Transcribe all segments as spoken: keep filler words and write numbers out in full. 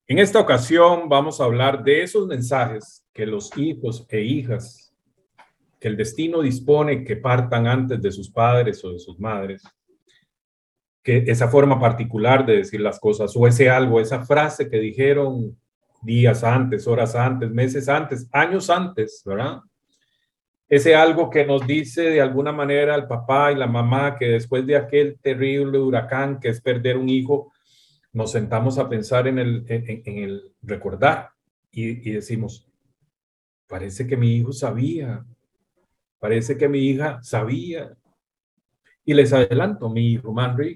En esta ocasión vamos a hablar de esos mensajes que los hijos e hijas, que el destino dispone que partan antes de sus padres o de sus madres, que esa forma particular de decir las cosas o ese algo, esa frase que dijeron días antes, horas antes, meses antes, años antes, ¿verdad? Ese algo que nos dice de alguna manera el papá y la mamá que después de aquel terrible huracán que es perder un hijo, nos sentamos a pensar en el, en, en el recordar y, y decimos, parece que mi hijo sabía, parece que mi hija sabía. Y les adelanto, mi hijo Manry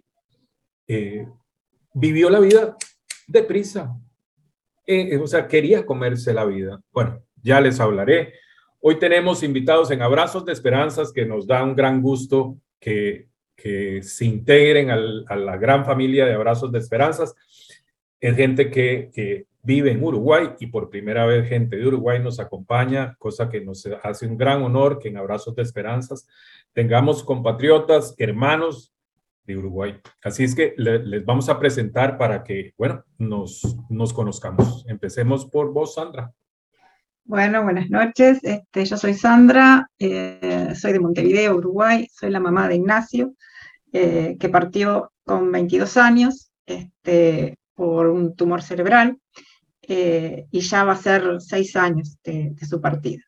eh, vivió la vida deprisa, eh, o sea, quería comerse la vida. Bueno, ya les hablaré. Hoy tenemos invitados en Abrazos de Esperanzas que nos da un gran gusto que, que se integren al, a la gran familia de Abrazos de Esperanzas. Es gente que, que vive en Uruguay y por primera vez gente de Uruguay nos acompaña, cosa que nos hace un gran honor que en Abrazos de Esperanzas tengamos compatriotas, hermanos de Uruguay. Así es que le, les vamos a presentar para que, bueno, nos, nos conozcamos. Empecemos por vos, Sandra. Bueno, buenas noches. Este, yo soy Sandra, eh, soy de Montevideo, Uruguay, soy la mamá de Ignacio, eh, que partió con veintidós años este, por un tumor cerebral eh, y ya va a ser seis años de, de su partida.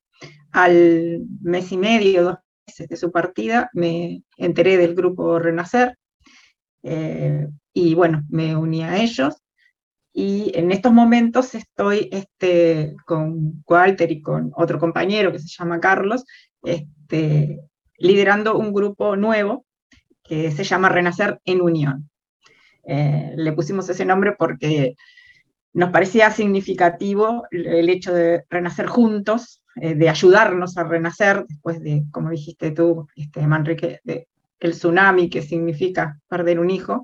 Al mes y medio, dos meses de su partida, me enteré del grupo Renacer eh, y bueno, me uní a ellos. Y en estos momentos estoy este, con Walter y con otro compañero que se llama Carlos, este, liderando un grupo nuevo que se llama Renacer en Unión. Eh, le pusimos ese nombre porque nos parecía significativo el hecho de renacer juntos, eh, de ayudarnos a renacer después de, como dijiste tú, este, Manrique, de, el tsunami que significa perder un hijo.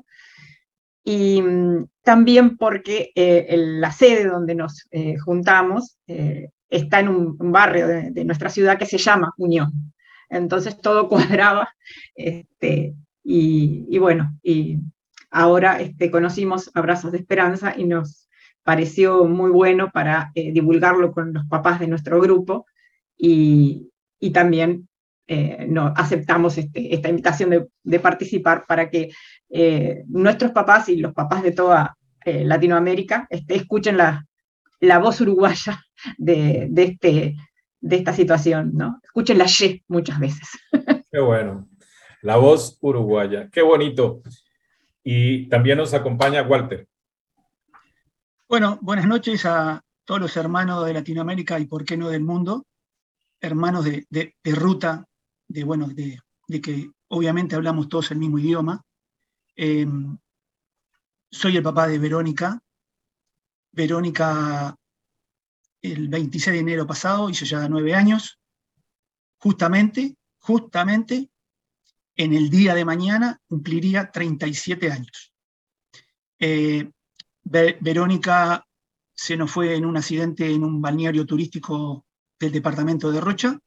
Y mm, también porque eh, el, la sede donde nos eh, juntamos eh, está en un, un barrio de, de, nuestra ciudad que se llama Unión. Entonces todo cuadraba, este, y, y, bueno, y ahora este, conocimos Abrazos de Esperanza y nos pareció muy bueno para eh, divulgarlo con los papás de nuestro grupo y, y también eh, no, aceptamos este, esta invitación de, de, participar para que eh, nuestros papás y los papás de toda eh, Latinoamérica este, escuchen la, la voz uruguaya de, de, este, de esta situación, ¿no? Escuchen la Y muchas veces. Qué bueno. La voz uruguaya. Qué bonito. Y también nos acompaña Walter. Bueno, buenas noches a todos los hermanos de Latinoamérica y por qué no del mundo, hermanos de, de, de ruta, de, bueno, de, de que obviamente hablamos todos el mismo idioma. Eh, soy el papá de Verónica. Verónica el veintiséis de enero pasado hizo ya nueve años. Justamente, justamente en el día de mañana cumpliría treinta y siete años. Eh, Verónica se nos fue en un accidente en un balneario turístico del departamento de Rocha,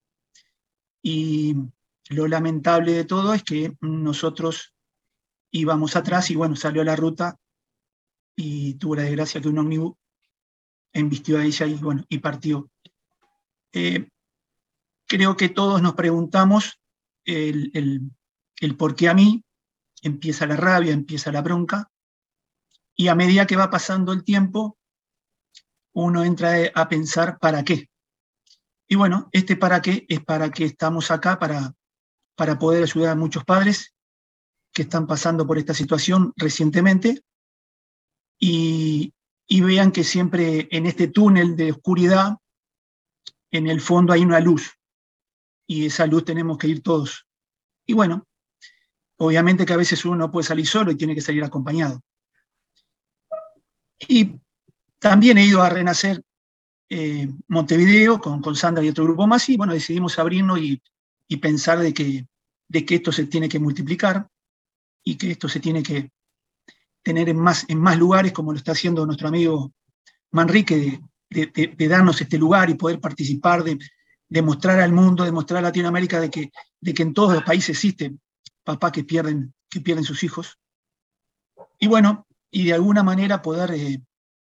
y lo lamentable de todo es que nosotros íbamos atrás y bueno, salió a la ruta y tuvo la desgracia que un ómnibus embistió a ella y bueno, y partió. Eh, creo que todos nos preguntamos el, el, el por qué a mí. Empieza la rabia, empieza la bronca, y a medida que va pasando el tiempo, uno entra a pensar ¿para qué? Y bueno, este para qué es para que estamos acá, para, para poder ayudar a muchos padres que están pasando por esta situación recientemente y, y vean que siempre en este túnel de oscuridad, en el fondo hay una luz, y esa luz tenemos que ir todos. Y bueno, obviamente que a veces uno no puede salir solo y tiene que salir acompañado. Y también he ido a Renacer eh, Montevideo con, con Sandra y otro grupo más, y bueno, decidimos abrirnos y, y pensar de que, de que esto se tiene que multiplicar y que esto se tiene que tener en más, en más lugares, como lo está haciendo nuestro amigo Manrique, de, de, de, de darnos este lugar y poder participar, de, de mostrar al mundo, de mostrar a Latinoamérica de que, de que en todos los países existen papás que pierden, que pierden sus hijos. Y bueno, y de alguna manera poder eh,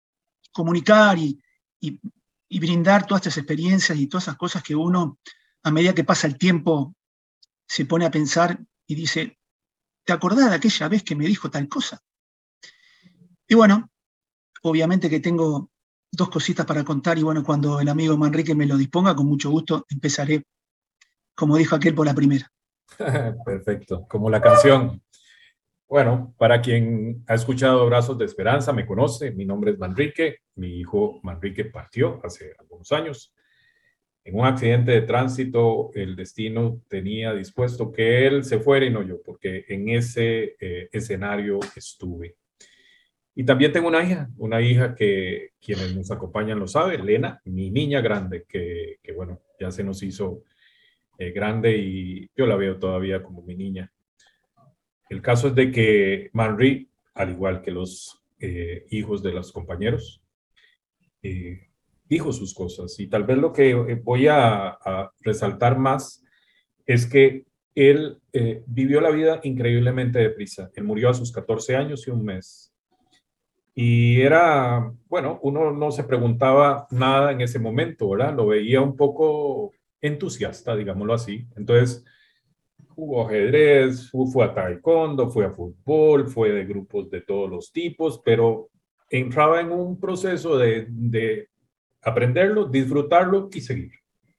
comunicar y, y, y brindar todas estas experiencias y todas esas cosas que uno, a medida que pasa el tiempo, se pone a pensar y dice, ¿te acordás de aquella vez que me dijo tal cosa? Y bueno, obviamente que tengo dos cositas para contar y bueno, cuando el amigo Manrique me lo disponga, con mucho gusto empezaré, como dijo aquel, por la primera. Perfecto, como la canción. Bueno, para quien ha escuchado Brazos de Esperanza, me conoce, mi nombre es Manrique, mi hijo Manrique partió hace algunos años. En un accidente de tránsito, el destino tenía dispuesto que él se fuera y no yo, porque en ese eh, escenario estuve. Y también tengo una hija, una hija que quienes nos acompañan lo saben, Lena, mi niña grande, que, que bueno, ya se nos hizo eh, grande y yo la veo todavía como mi niña. El caso es de que Manri, al igual que los eh, hijos de los compañeros, eh, dijo sus cosas. Y tal vez lo que voy a, a resaltar más es que él eh, vivió la vida increíblemente deprisa. Él murió a sus catorce años y un mes. Y era, bueno, uno no se preguntaba nada en ese momento, ¿verdad? Lo veía un poco entusiasta, digámoslo así. Entonces, jugó ajedrez, fue a taekwondo, fue a fútbol, fue de grupos de todos los tipos, pero entraba en un proceso de, de aprenderlo, disfrutarlo y seguir.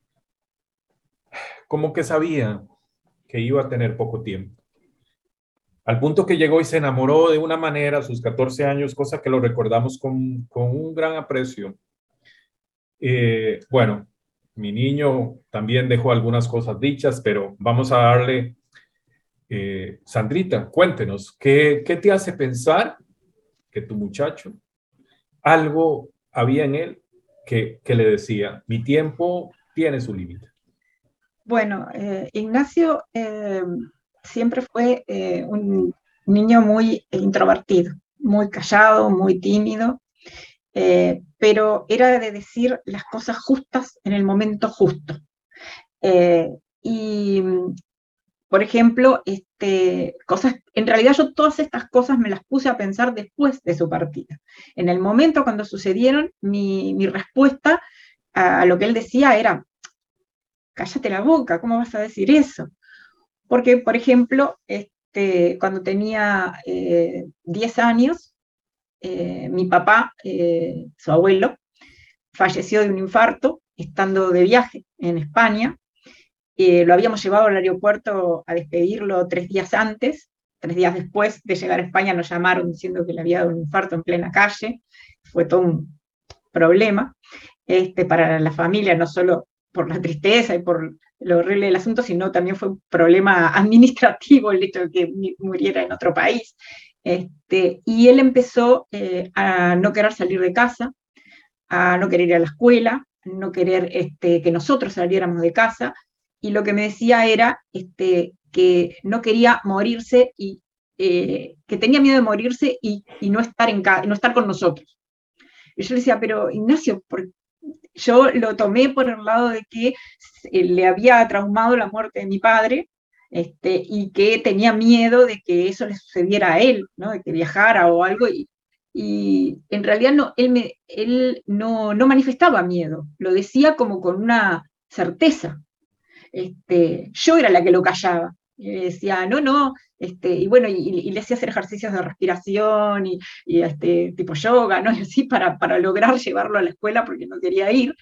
Como que sabía que iba a tener poco tiempo. Al punto que llegó y se enamoró de una manera a sus catorce años, cosa que lo recordamos con, con un gran aprecio. Eh, bueno, mi niño también dejó algunas cosas dichas, pero vamos a darle, eh, Sandrita, cuéntenos, ¿qué, ¿qué te hace pensar que tu muchacho, algo había en él que, que le decía, mi tiempo tiene su límite? Bueno, eh, Ignacio eh, siempre fue eh, un niño muy introvertido, muy callado, muy tímido, eh, pero era de decir las cosas justas en el momento justo. Eh, y, por ejemplo, este, cosas, en realidad yo todas estas cosas me las puse a pensar después de su partida. En el momento cuando sucedieron, mi, mi respuesta a, a lo que él decía era, cállate la boca, ¿cómo vas a decir eso? Porque, por ejemplo, este, cuando tenía eh, diez años, eh, mi papá, eh, su abuelo, falleció de un infarto estando de viaje en España. Eh, lo habíamos llevado al aeropuerto a despedirlo tres días antes. Tres días después de llegar a España nos llamaron diciendo que le había dado un infarto en plena calle. Fue todo un problema este, para la familia, no solo por la tristeza y por lo horrible del asunto, sino también fue un problema administrativo el hecho de que muriera en otro país. Este, y él empezó eh, a no querer salir de casa, a no querer ir a la escuela, a no querer este, que nosotros saliéramos de casa, y lo que me decía era este, que no quería morirse y eh, que tenía miedo de morirse y, y no, estar en no estar con nosotros. Y yo le decía, pero Ignacio, ¿por qué? Yo lo tomé por el lado de que le había traumado la muerte de mi padre este, y que tenía miedo de que eso le sucediera a él, ¿no? De que viajara o algo. Y, y en realidad no, él, me, él no, no manifestaba miedo, lo decía como con una certeza. Este, yo era la que lo callaba. Y decía, no, no, este, y bueno, y, y le hacía hacer ejercicios de respiración y, y este, tipo yoga, ¿no? Y así para, para lograr llevarlo a la escuela porque no quería ir.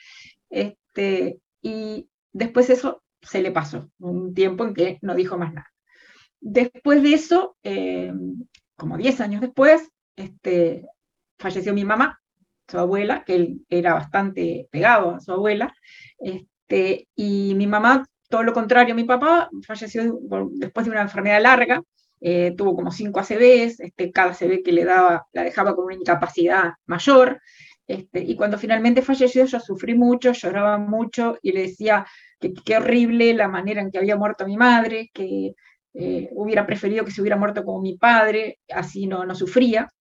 Este, y después eso se le pasó, un tiempo en que no dijo más nada. Después de eso, eh, como diez años después, este, falleció mi mamá, su abuela, que él era bastante pegado a su abuela, este, y mi mamá, todo lo contrario a mi papá, falleció después de una enfermedad larga, eh, tuvo como cinco A C Vs, este, cada A C V que le daba la dejaba con una incapacidad mayor, este, y cuando finalmente falleció yo sufrí mucho, lloraba mucho y le decía que qué horrible la manera en que había muerto mi madre, que eh, hubiera preferido que se hubiera muerto como mi padre, así no, no sufría.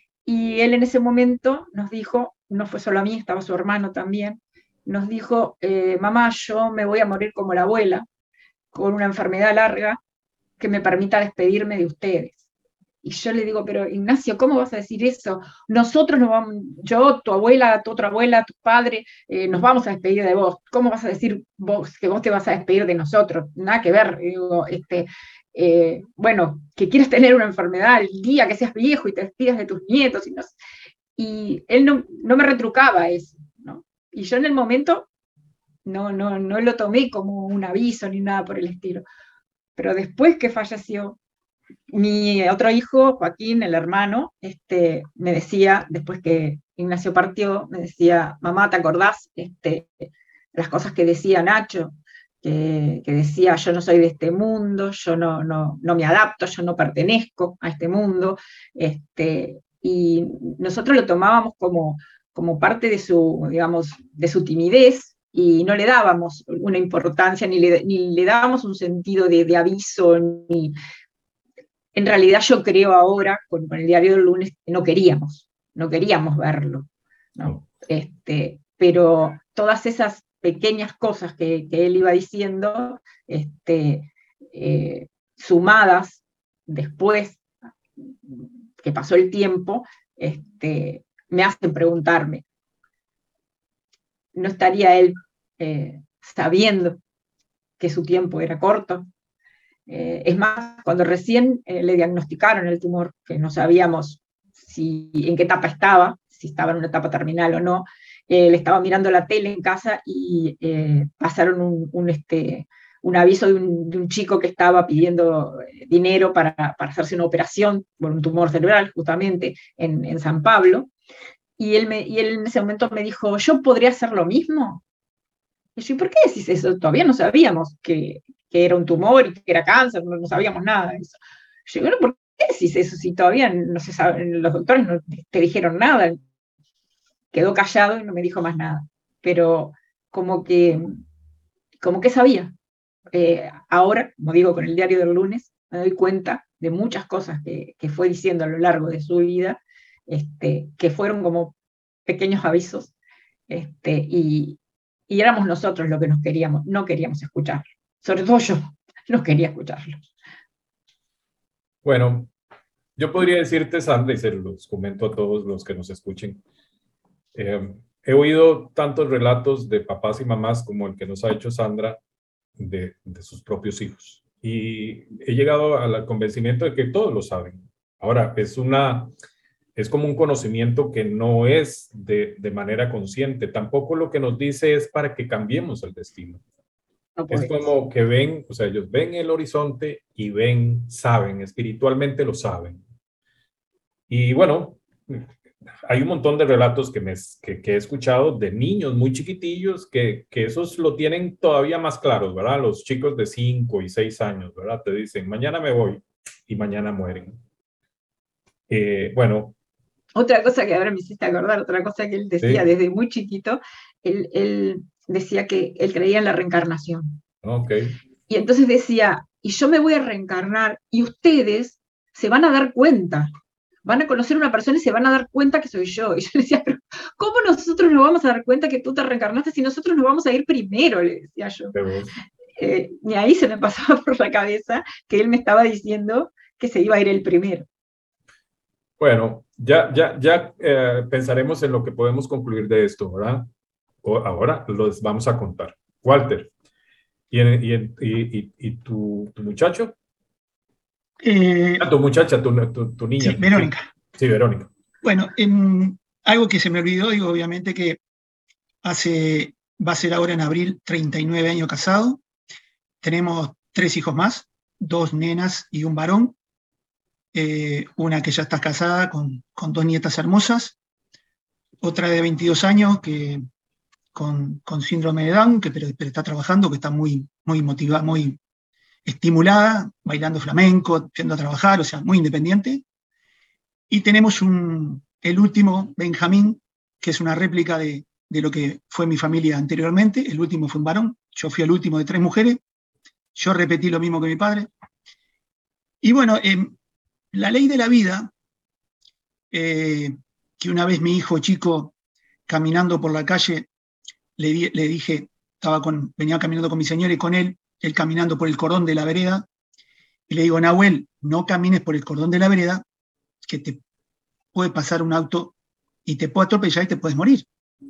Y él en ese momento nos dijo, no fue solo a mí, estaba su hermano también, nos dijo, eh, mamá, yo me voy a morir como la abuela, con una enfermedad larga que me permita despedirme de ustedes. Y yo le digo, pero Ignacio, ¿cómo vas a decir eso? Nosotros nos vamos, yo, tu abuela, tu otra abuela, tu padre, eh, nos vamos a despedir de vos. ¿Cómo vas a decir vos que vos te vas a despedir de nosotros? Nada que ver. Digo, este, eh, bueno, que quieres tener una enfermedad el día que seas viejo y te despidas de tus nietos. Y, no, y él no, no me retrucaba eso, ¿no? Y yo en el momento no, no, no lo tomé como un aviso ni nada por el estilo. Pero después que falleció, mi otro hijo, Joaquín, el hermano, este, me decía, después que Ignacio partió, me decía, mamá, ¿te acordás este, las cosas que decía Nacho? Que, que decía, yo no soy de este mundo, yo no, no, no me adapto, yo no pertenezco a este mundo. Este, y nosotros lo tomábamos como, como parte de su, digamos, de su timidez, y no le dábamos una importancia, ni le, ni le dábamos un sentido de, de aviso, ni... En realidad yo creo ahora, con, con el diario del lunes, que no queríamos, no queríamos verlo, ¿no? Este, pero todas esas pequeñas cosas que, que él iba diciendo, este, eh, sumadas después que pasó el tiempo, este, me hacen preguntarme, ¿no estaría él eh, sabiendo que su tiempo era corto? Eh, es más, cuando recién eh, le diagnosticaron el tumor, que no sabíamos si, en qué etapa estaba, si estaba en una etapa terminal o no, eh, le estaba mirando la tele en casa y eh, pasaron un, un, este, un aviso de un, de un chico que estaba pidiendo dinero para, para hacerse una operación por un tumor cerebral, justamente en, en San Pablo, y él, me, y él en ese momento me dijo, ¿yo podría hacer lo mismo? Y yo, ¿y por qué decís eso? Todavía no sabíamos que, que era un tumor y que era cáncer, no, no sabíamos nada de eso. Yo, bueno, ¿por qué decís eso si todavía no se sabe, los doctores no te dijeron nada? Quedó callado y no me dijo más nada. Pero como que, como que sabía. Eh, ahora, como digo, con el diario del lunes, me doy cuenta de muchas cosas que, que fue diciendo a lo largo de su vida, este, que fueron como pequeños avisos, este, y, y éramos nosotros lo que nos queríamos, no queríamos escucharlo. Sobre todo yo, no quería escucharlo. Bueno, yo podría decirte, Sandra, y se los comento a todos los que nos escuchen, eh, he oído tantos relatos de papás y mamás como el que nos ha hecho Sandra de, de sus propios hijos. Y he llegado al convencimiento de que todos lo saben. Ahora, es una... es como un conocimiento que no es de, de manera consciente. Tampoco lo que nos dice es para que cambiemos el destino. No es como que ven, o sea, ellos ven el horizonte y ven, saben, espiritualmente lo saben. Y bueno, hay un montón de relatos que, me, que, que he escuchado de niños muy chiquitillos que, que esos lo tienen todavía más claros, ¿verdad? Los chicos de cinco y seis años, ¿verdad? Te dicen, mañana me voy y mañana mueren. Eh, bueno, otra cosa que ahora me hiciste acordar, otra cosa que él decía, ¿sí?, desde muy chiquito, él, él decía que él creía en la reencarnación. Okay. Y entonces decía, y yo me voy a reencarnar y ustedes se van a dar cuenta, van a conocer a una persona y se van a dar cuenta que soy yo. Y yo le decía, pero ¿cómo nosotros nos vamos a dar cuenta que tú te reencarnaste si nosotros nos vamos a ir primero? Le decía yo. Eh, ni ahí se me pasaba por la cabeza que él me estaba diciendo que se iba a ir el primero. Bueno, ya, ya, ya eh, pensaremos en lo que podemos concluir de esto, ¿verdad? O ahora los vamos a contar. Walter, ¿y, y, y, y tu, tu muchacho? Eh, ah, tu muchacha, tu, tu, tu niña. Sí, Verónica. Sí, Verónica. Bueno, en, algo que se me olvidó, digo, obviamente que hace, va a ser ahora en abril, treinta y nueve años casado. Tenemos tres hijos más, dos nenas y un varón. Eh, una que ya está casada con, con dos nietas hermosas, otra de veintidós años que, con, con síndrome de Down, que pero, pero está trabajando, que está muy, muy motivada, muy estimulada, bailando flamenco, yendo a trabajar, o sea, muy independiente. Y tenemos un, el último, Benjamín, que es una réplica de, de lo que fue mi familia anteriormente. El último fue un varón, yo fui el último de tres mujeres, yo repetí lo mismo que mi padre. Y bueno, eh, la ley de la vida, eh, que una vez mi hijo chico, caminando por la calle, le, di, le dije, estaba con, venía caminando con mi señora y con él, él caminando por el cordón de la vereda, y le digo, Nahuel, no camines por el cordón de la vereda, que te puede pasar un auto y te puede atropellar y te puedes morir.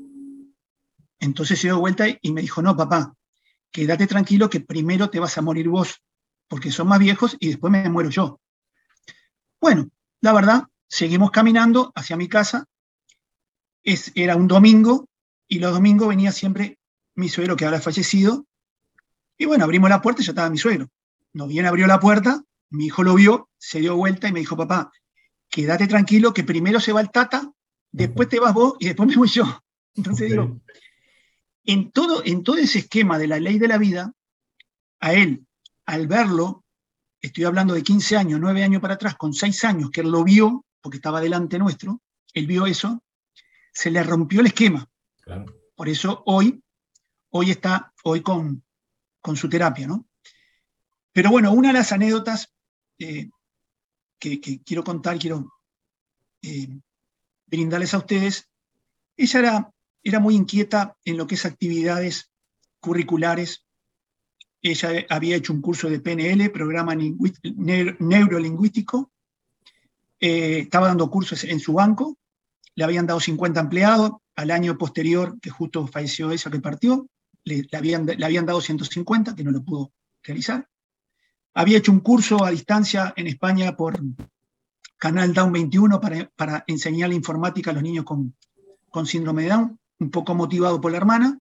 Entonces se dio vuelta y me dijo, no, papá, quédate tranquilo que primero te vas a morir vos, porque son más viejos y después me muero yo. Bueno, la verdad, seguimos caminando hacia mi casa. Es, era un domingo y los domingos venía siempre mi suegro que ahora ha fallecido. Y bueno, abrimos la puerta y ya estaba mi suegro. No bien abrió la puerta, mi hijo lo vio, se dio vuelta y me dijo, papá, quédate tranquilo que primero se va el tata, después te vas vos y después me voy yo. Entonces okay. digo, en todo, en todo ese esquema de la ley de la vida, a él, al verlo, estoy hablando de quince años, nueve años para atrás, con seis años, que él lo vio, porque estaba delante nuestro, él vio eso, se le rompió el esquema. Claro. Por eso hoy, hoy está hoy con, con su terapia, ¿no? Pero bueno, una de las anécdotas eh, que, que quiero contar, quiero eh, brindarles a ustedes, ella era, era muy inquieta en lo que es actividades curriculares. Ella había hecho un curso de P N L, programa neurolingüístico, eh, estaba dando cursos en su banco, le habían dado cincuenta empleados, al año posterior, que justo falleció ella que partió, le, le, habían, le habían dado ciento cincuenta, que no lo pudo realizar. Había hecho un curso a distancia en España por Canal Down veintiuno para, para enseñar la informática a los niños con, con síndrome de Down, un poco motivado por la hermana.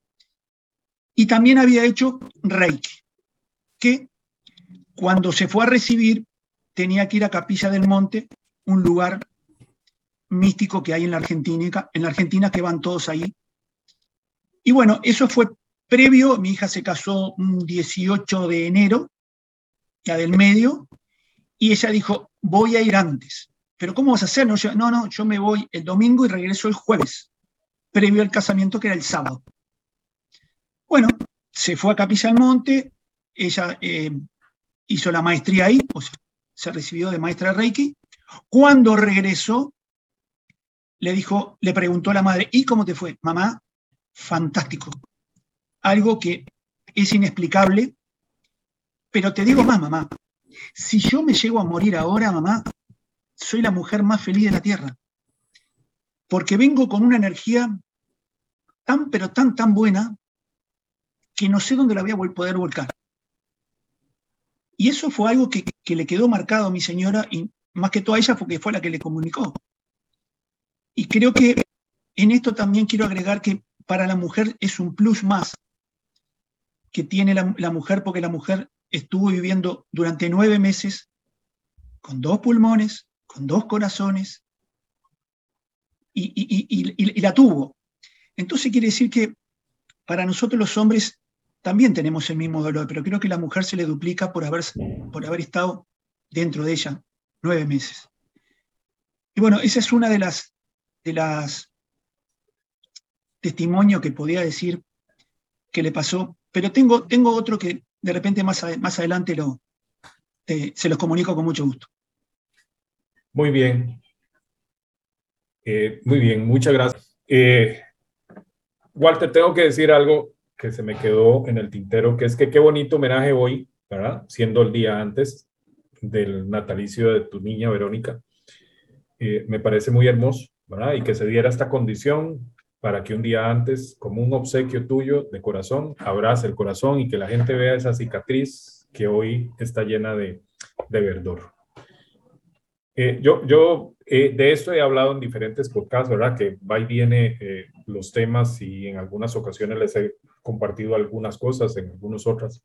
Y también había hecho Reiki, que cuando se fue a recibir tenía que ir a Capilla del Monte, un lugar místico que hay en la Argentina, en la Argentina que van todos ahí. Y bueno, eso fue previo, mi hija se casó un dieciocho de enero, ya del medio, y ella dijo, voy a ir antes. ¿Pero cómo vas a hacer? No, yo, no, no, yo me voy el domingo y regreso el jueves, previo al casamiento que era el sábado. Bueno, se fue a Capilla del Monte, ella eh, hizo la maestría ahí, o sea, se recibió de maestra de Reiki. Cuando regresó, le dijo, le preguntó a la madre, ¿y cómo te fue? Mamá, fantástico. Algo que es inexplicable, pero te digo más, mamá, si yo me llego a morir ahora, mamá, soy la mujer más feliz de la tierra, porque vengo con una energía tan, pero tan, tan buena, que no sé dónde la voy a poder volcar. Y eso fue algo que, que le quedó marcado a mi señora, y más que todo a ella, porque fue la que le comunicó. Y creo que en esto también quiero agregar que para la mujer es un plus más que tiene la, la mujer, porque la mujer estuvo viviendo durante nueve meses con dos pulmones, con dos corazones, y, y, y, y, y la tuvo. Entonces quiere decir que para nosotros los hombres también tenemos el mismo dolor, pero creo que a la mujer se le duplica por haber, por haber estado dentro de ella nueve meses. Y bueno, esa es una de las, de las testimonios que podía decir que le pasó, pero tengo, tengo otro que de repente más, a, más adelante lo, eh, se los comunico con mucho gusto. Muy bien. Eh, muy bien, muchas gracias. Eh, Walter, tengo que decir algo que se me quedó en el tintero, que es que qué bonito homenaje hoy, ¿verdad? Siendo el día antes del natalicio de tu niña Verónica. Eh, me parece muy hermoso, ¿verdad? Y que se diera esta condición para que un día antes, como un obsequio tuyo de corazón, abrace el corazón y que la gente vea esa cicatriz que hoy está llena de, de verdor. Eh, yo, yo eh, de esto he hablado en diferentes podcasts, ¿verdad? Que va y viene eh, los temas, y en algunas ocasiones les he compartido algunas cosas, en algunas otras.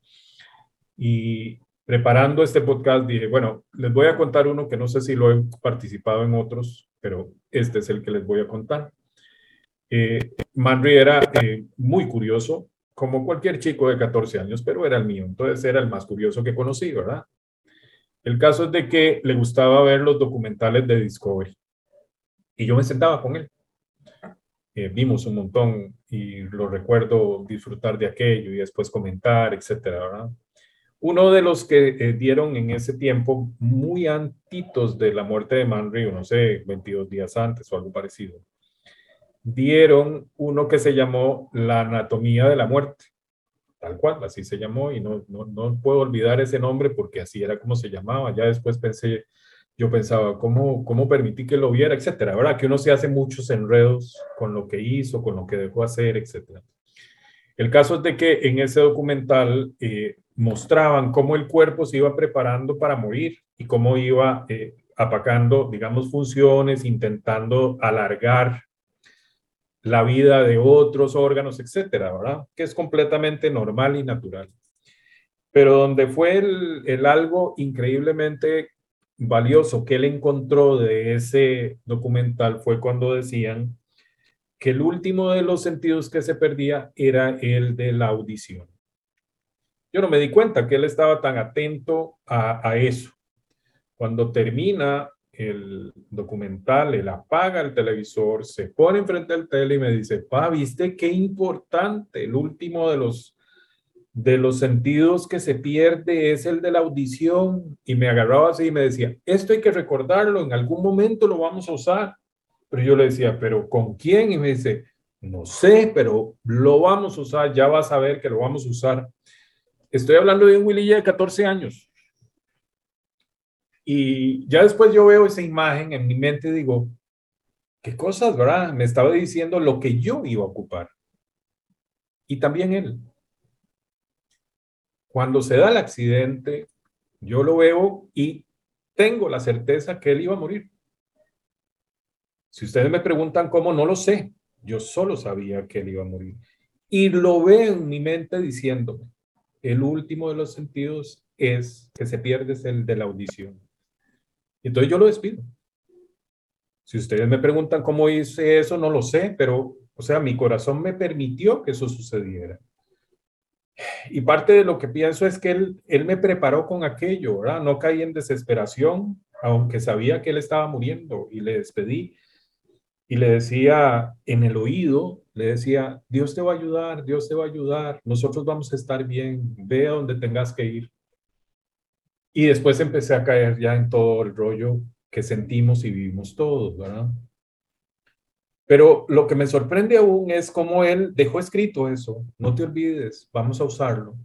Y preparando este podcast dije, bueno, les voy a contar uno que no sé si lo he participado en otros, pero este es el que les voy a contar. Eh, Manri era eh, muy curioso, como cualquier chico de catorce años, pero era el mío, entonces era el más curioso que conocí, ¿verdad? El caso es de que le gustaba ver los documentales de Discovery y yo me sentaba con él. Eh, vimos un montón y lo recuerdo disfrutar de aquello y después comentar, etcétera, ¿verdad? Uno de los que eh, dieron en ese tiempo, muy antitos de la muerte de Manri, no sé, veintidós días antes o algo parecido, dieron uno que se llamó La Anatomía de la Muerte. Tal cual, así se llamó, y no, no, no puedo olvidar ese nombre porque así era como se llamaba. Ya después pensé, yo pensaba, ¿cómo, cómo permití que lo viera, etcétera? ¿Verdad? Que uno se hace muchos enredos con lo que hizo, con lo que dejó hacer, etcétera. El caso es de que en ese documental eh, mostraban cómo el cuerpo se iba preparando para morir y cómo iba eh, apacando, digamos, funciones, intentando alargar la vida de otros órganos, etcétera, ¿verdad? Que es completamente normal y natural. Pero donde fue el, el algo increíblemente valioso que él encontró de ese documental fue cuando decían que el último de los sentidos que se perdía era el de la audición. Yo no me di cuenta que él estaba tan atento a, a eso. Cuando termina el documental, él apaga el televisor, se pone enfrente del tele y me dice, pa, ¿viste qué importante? El último de los, de los sentidos que se pierde es el de la audición. Y me agarraba así y me decía, esto hay que recordarlo, en algún momento lo vamos a usar. Pero yo le decía, ¿pero con quién? Y me dice, no sé, pero lo vamos a usar, ya vas a ver que lo vamos a usar. Estoy hablando de un Willy de catorce años. Y ya después yo veo esa imagen en mi mente y digo, qué cosas, ¿verdad? Me estaba diciendo lo que yo iba a ocupar. Y también él. Cuando se da el accidente, yo lo veo y tengo la certeza que él iba a morir. Si ustedes me preguntan cómo, no lo sé. Yo solo sabía que él iba a morir. Y lo veo en mi mente diciéndome, el último de los sentidos es que se pierde es el de la audición. Entonces yo lo despido. Si ustedes me preguntan cómo hice eso, no lo sé, pero, o sea, mi corazón me permitió que eso sucediera. Y parte de lo que pienso es que él, él me preparó con aquello, ¿verdad? No caí en desesperación, aunque sabía que él estaba muriendo, y le despedí. Y le decía en el oído, le decía, Dios te va a ayudar, Dios te va a ayudar, nosotros vamos a estar bien, ve a donde tengas que ir. Y después empecé a caer ya en todo el rollo que sentimos y vivimos todos, ¿verdad? Pero lo que me sorprende aún es cómo él dejó escrito eso. No te olvides, vamos a usarlo.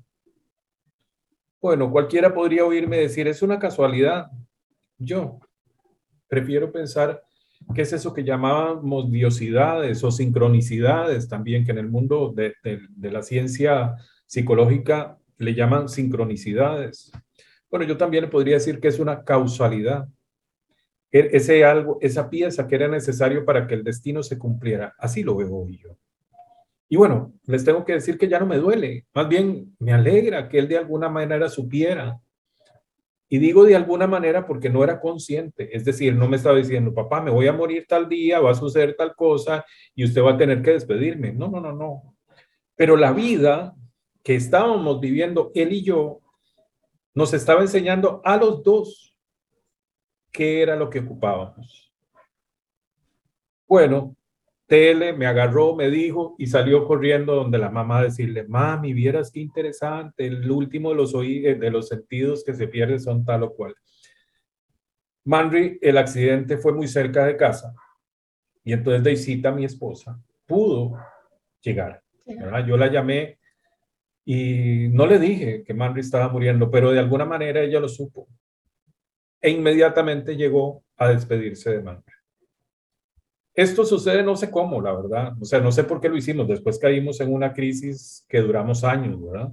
Bueno, cualquiera podría oírme decir, es una casualidad. Yo prefiero pensar que es eso que llamábamos diosidades o sincronicidades también, que en el mundo de, de, de la ciencia psicológica le llaman sincronicidades. Bueno, yo también le podría decir que es una causalidad. Ese algo, esa pieza que era necesario para que el destino se cumpliera. Así lo veo hoy yo. Y bueno, les tengo que decir que ya no me duele. Más bien me alegra que él de alguna manera supiera. Y digo de alguna manera porque no era consciente. Es decir, no me estaba diciendo, papá, me voy a morir tal día, va a suceder tal cosa y usted va a tener que despedirme. No, no, no, no. Pero la vida que estábamos viviendo él y yo nos estaba enseñando a los dos qué era lo que ocupábamos. Bueno, Tele me agarró, me dijo y salió corriendo donde la mamá a decirle, mami, vieras qué interesante, el último de los, oídos, de los sentidos que se pierden son tal o cual. Manri, el accidente fue muy cerca de casa y entonces Deisita, mi esposa, pudo llegar, ¿verdad? Yo la llamé y no le dije que Manri estaba muriendo, pero de alguna manera ella lo supo e inmediatamente llegó a despedirse de Manri. Esto sucede no sé cómo, la verdad. O sea, no sé por qué lo hicimos. Después caímos en una crisis que duramos años, ¿verdad?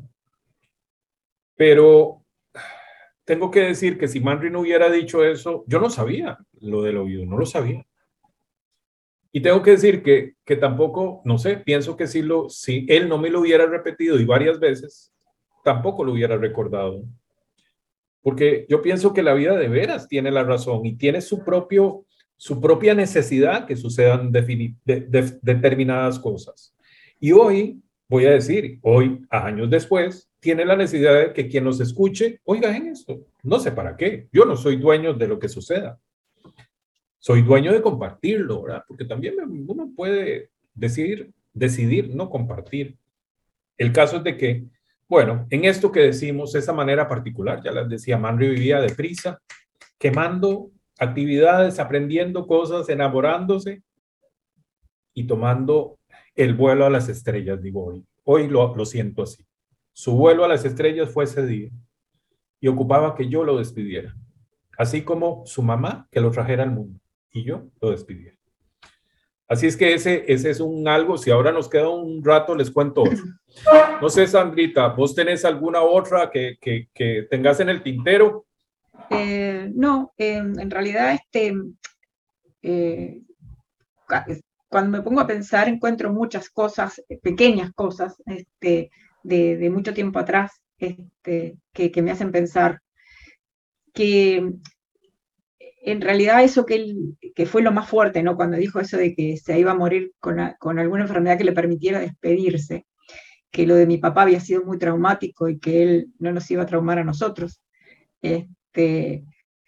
Pero tengo que decir que si Manri no hubiera dicho eso, yo no sabía lo del oído, no lo sabía. Y tengo que decir que, que tampoco, no sé, pienso que si, lo, si él no me lo hubiera repetido y varias veces, tampoco lo hubiera recordado. Porque yo pienso que la vida de veras tiene la razón y tiene su propio... su propia necesidad que sucedan de, de, de, determinadas cosas. Y hoy, voy a decir, hoy, años después, tiene la necesidad de que quien nos escuche, oiga en esto, no sé para qué, yo no soy dueño de lo que suceda, soy dueño de compartirlo, ¿verdad? Porque también uno puede decidir, decidir no compartir. El caso es de que, bueno, en esto que decimos, esa manera particular, ya les decía, Manri vivía deprisa, quemando actividades, aprendiendo cosas, enamorándose y tomando el vuelo a las estrellas, digo hoy. Hoy lo, lo siento así. Su vuelo a las estrellas fue ese día y ocupaba que yo lo despidiera. así como su mamá que lo trajera al mundo y yo lo despidiera. Así es que ese, ese es un algo, si ahora nos queda un rato les cuento otro. No sé, Sandrita, ¿vos tenés alguna otra que, que, que tengas en el tintero? Eh, no, eh, en realidad este, eh, cuando me pongo a pensar encuentro muchas cosas, pequeñas cosas, este, de, de mucho tiempo atrás, este, que, que me hacen pensar que en realidad eso que, él, que fue lo más fuerte, ¿no? Cuando dijo eso de que se iba a morir con, con alguna enfermedad que le permitiera despedirse, que lo de mi papá había sido muy traumático y que él no nos iba a traumar a nosotros. Este,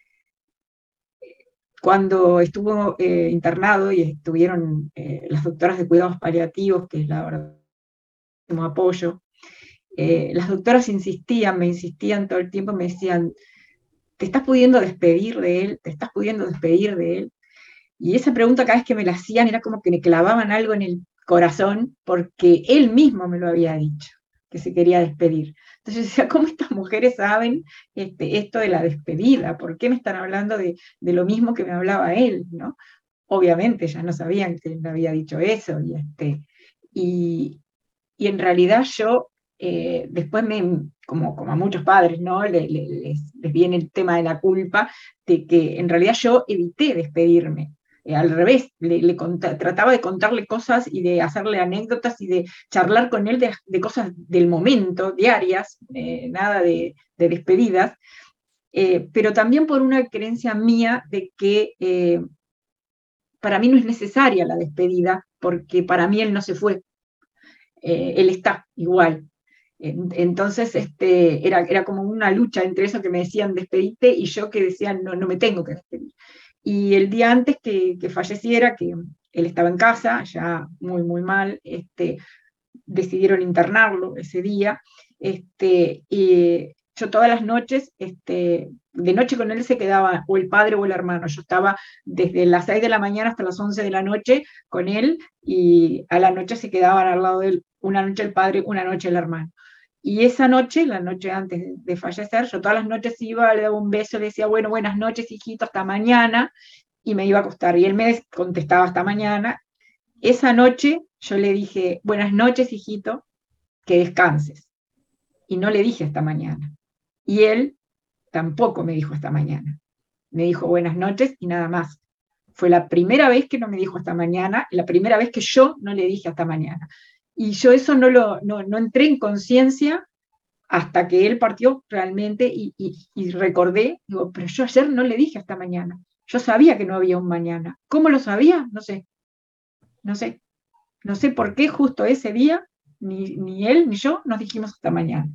cuando estuvo eh, internado y estuvieron eh, las doctoras de cuidados paliativos, que es la verdad, como apoyo, eh, las doctoras insistían, me insistían todo el tiempo, me decían, ¿te estás pudiendo despedir de él? ¿Te estás pudiendo despedir de él? Y esa pregunta cada vez que me la hacían era como que me clavaban algo en el corazón porque él mismo me lo había dicho, que se quería despedir. Entonces yo decía, ¿cómo estas mujeres saben este, esto de la despedida? ¿Por qué me están hablando de, de lo mismo que me hablaba él? ¿No? Obviamente ya no sabían que él había dicho eso. Y, este, y, y en realidad yo, eh, después me, como, como a muchos padres, ¿no? Le, le, les, les viene el tema de la culpa, de que en realidad yo evité despedirme. Eh, al revés, le, le conta, trataba de contarle cosas y de hacerle anécdotas y de charlar con él de, de cosas del momento, diarias, eh, nada de, de despedidas, eh, pero también por una creencia mía de que eh, para mí no es necesaria la despedida, porque para mí él no se fue, eh, él está igual. Entonces este, era, era como una lucha entre eso que me decían despedite y yo que decía no, no me tengo que despedir. Y el día antes que, que falleciera, que él estaba en casa, ya muy, muy mal, este, decidieron internarlo ese día, este, y yo todas las noches, este, de noche con él se quedaba o el padre o el hermano, yo estaba desde las seis de la mañana hasta las once de la noche con él, y a la noche se quedaban al lado de él, una noche el padre, una noche el hermano. Y esa noche, la noche antes de fallecer, yo todas las noches iba, le daba un beso, le decía, bueno, buenas noches, hijito, hasta mañana, y me iba a acostar. Y él me contestaba hasta mañana. Esa noche yo le dije, buenas noches, hijito, que descanses. Y no le dije hasta mañana. Y él tampoco me dijo hasta mañana. Me dijo buenas noches y nada más. Fue la primera vez que no me dijo hasta mañana, la primera vez que yo no le dije hasta mañana. Y yo eso no, lo, no, no entré en conciencia hasta que él partió realmente y, y, y recordé, digo, pero yo ayer no le dije hasta mañana. Yo sabía que no había un mañana. ¿Cómo lo sabía? No sé. No sé. No sé por qué justo ese día, ni, ni él ni yo nos dijimos hasta mañana.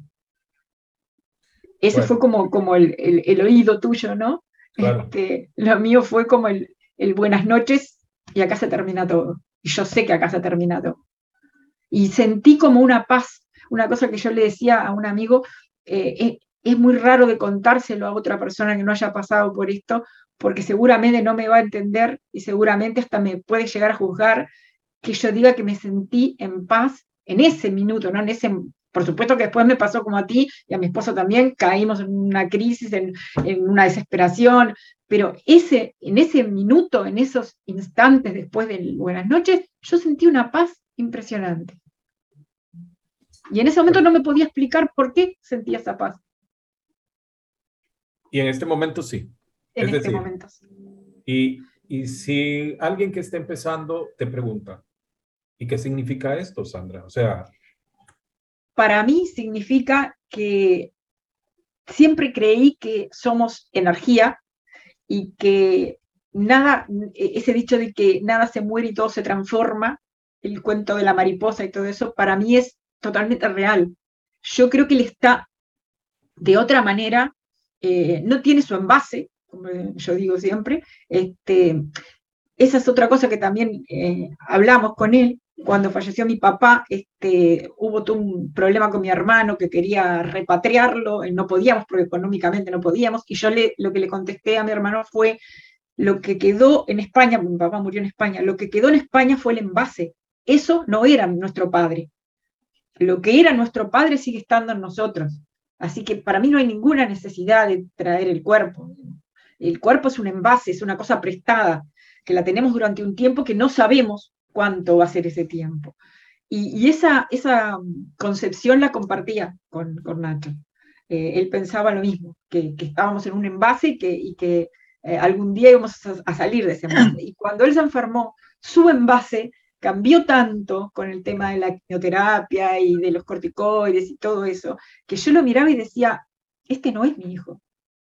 Ese bueno. fue como, como el, el, el oído tuyo, ¿no? Claro. Este, lo mío fue como el, el buenas noches y acá se termina todo. Y yo sé que acá se termina todo. Y sentí como una paz, una cosa que yo le decía a un amigo, eh, es, es muy raro de contárselo a otra persona que no haya pasado por esto, porque seguramente no me va a entender y seguramente hasta me puede llegar a juzgar que yo diga que me sentí en paz en ese minuto, ¿no? En ese, por supuesto que después me pasó como a ti y a mi esposo también, caímos en una crisis, en, en una desesperación, pero ese, en ese minuto, en esos instantes después del buenas noches, yo sentí una paz impresionante. Y en ese momento no me podía explicar por qué sentía esa paz. Y en este momento sí. En es este decir, momento sí. Y, y si alguien que está empezando te pregunta, ¿y qué significa esto, Sandra? O sea... Para mí significa que siempre creí que somos energía y que nada, ese dicho de que nada se muere y todo se transforma, el cuento de la mariposa y todo eso, para mí es totalmente real. Yo creo que él está de otra manera, eh, no tiene su envase, como yo digo siempre, este, esa es otra cosa que también eh, hablamos con él. Cuando falleció mi papá, este, hubo todo un problema con mi hermano que quería repatriarlo, no podíamos, porque económicamente no podíamos, y yo le, lo que le contesté a mi hermano fue, lo que quedó en España, mi papá murió en España, lo que quedó en España fue el envase, eso no era nuestro padre, lo que era nuestro padre sigue estando en nosotros, así que para mí no hay ninguna necesidad de traer el cuerpo. El cuerpo es un envase, es una cosa prestada, que la tenemos durante un tiempo que no sabemos cuánto va a ser ese tiempo. Y, y esa, esa concepción la compartía con, con Nacho. Eh, él pensaba lo mismo, que, que estábamos en un envase y que, y que eh, algún día íbamos a, a salir de ese envase. Y cuando él se enfermó, su envase cambió tanto con el tema de la quimioterapia y de los corticoides y todo eso, que yo lo miraba y decía, este no es mi hijo.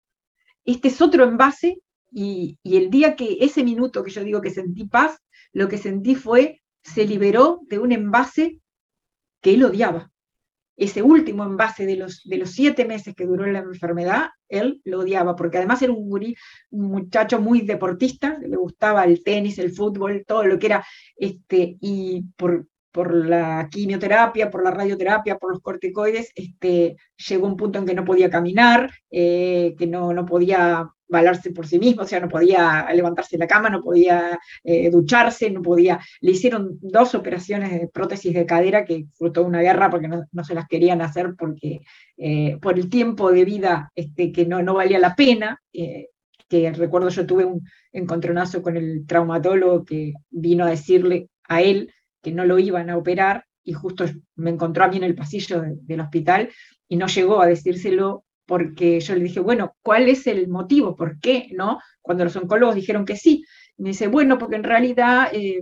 Este es otro envase y, y el día que ese minuto que yo digo que sentí paz, lo que sentí fue, se liberó de un envase que él odiaba. Ese último envase de los, de los siete meses que duró la enfermedad, él lo odiaba, porque además era un, gurí, un muchacho muy deportista, le gustaba el tenis, el fútbol, todo lo que era, este, y por, por la quimioterapia, por la radioterapia, por los corticoides, este, llegó un punto en que no podía caminar, eh, que no, no podía valerse por sí mismo, o sea, no podía levantarse de la cama, no podía eh, ducharse, no podía, le hicieron dos operaciones de prótesis de cadera que fue toda una guerra porque no, no se las querían hacer porque eh, por el tiempo de vida este, que no, no valía la pena, eh, que recuerdo yo tuve un encontronazo con el traumatólogo que vino a decirle a él que no lo iban a operar y justo me encontró a mí en el pasillo de, del hospital y no llegó a decírselo porque yo le dije, bueno, ¿cuál es el motivo? ¿Por qué? ¿No? Cuando los oncólogos dijeron que sí. Y me dice, bueno, porque en realidad eh,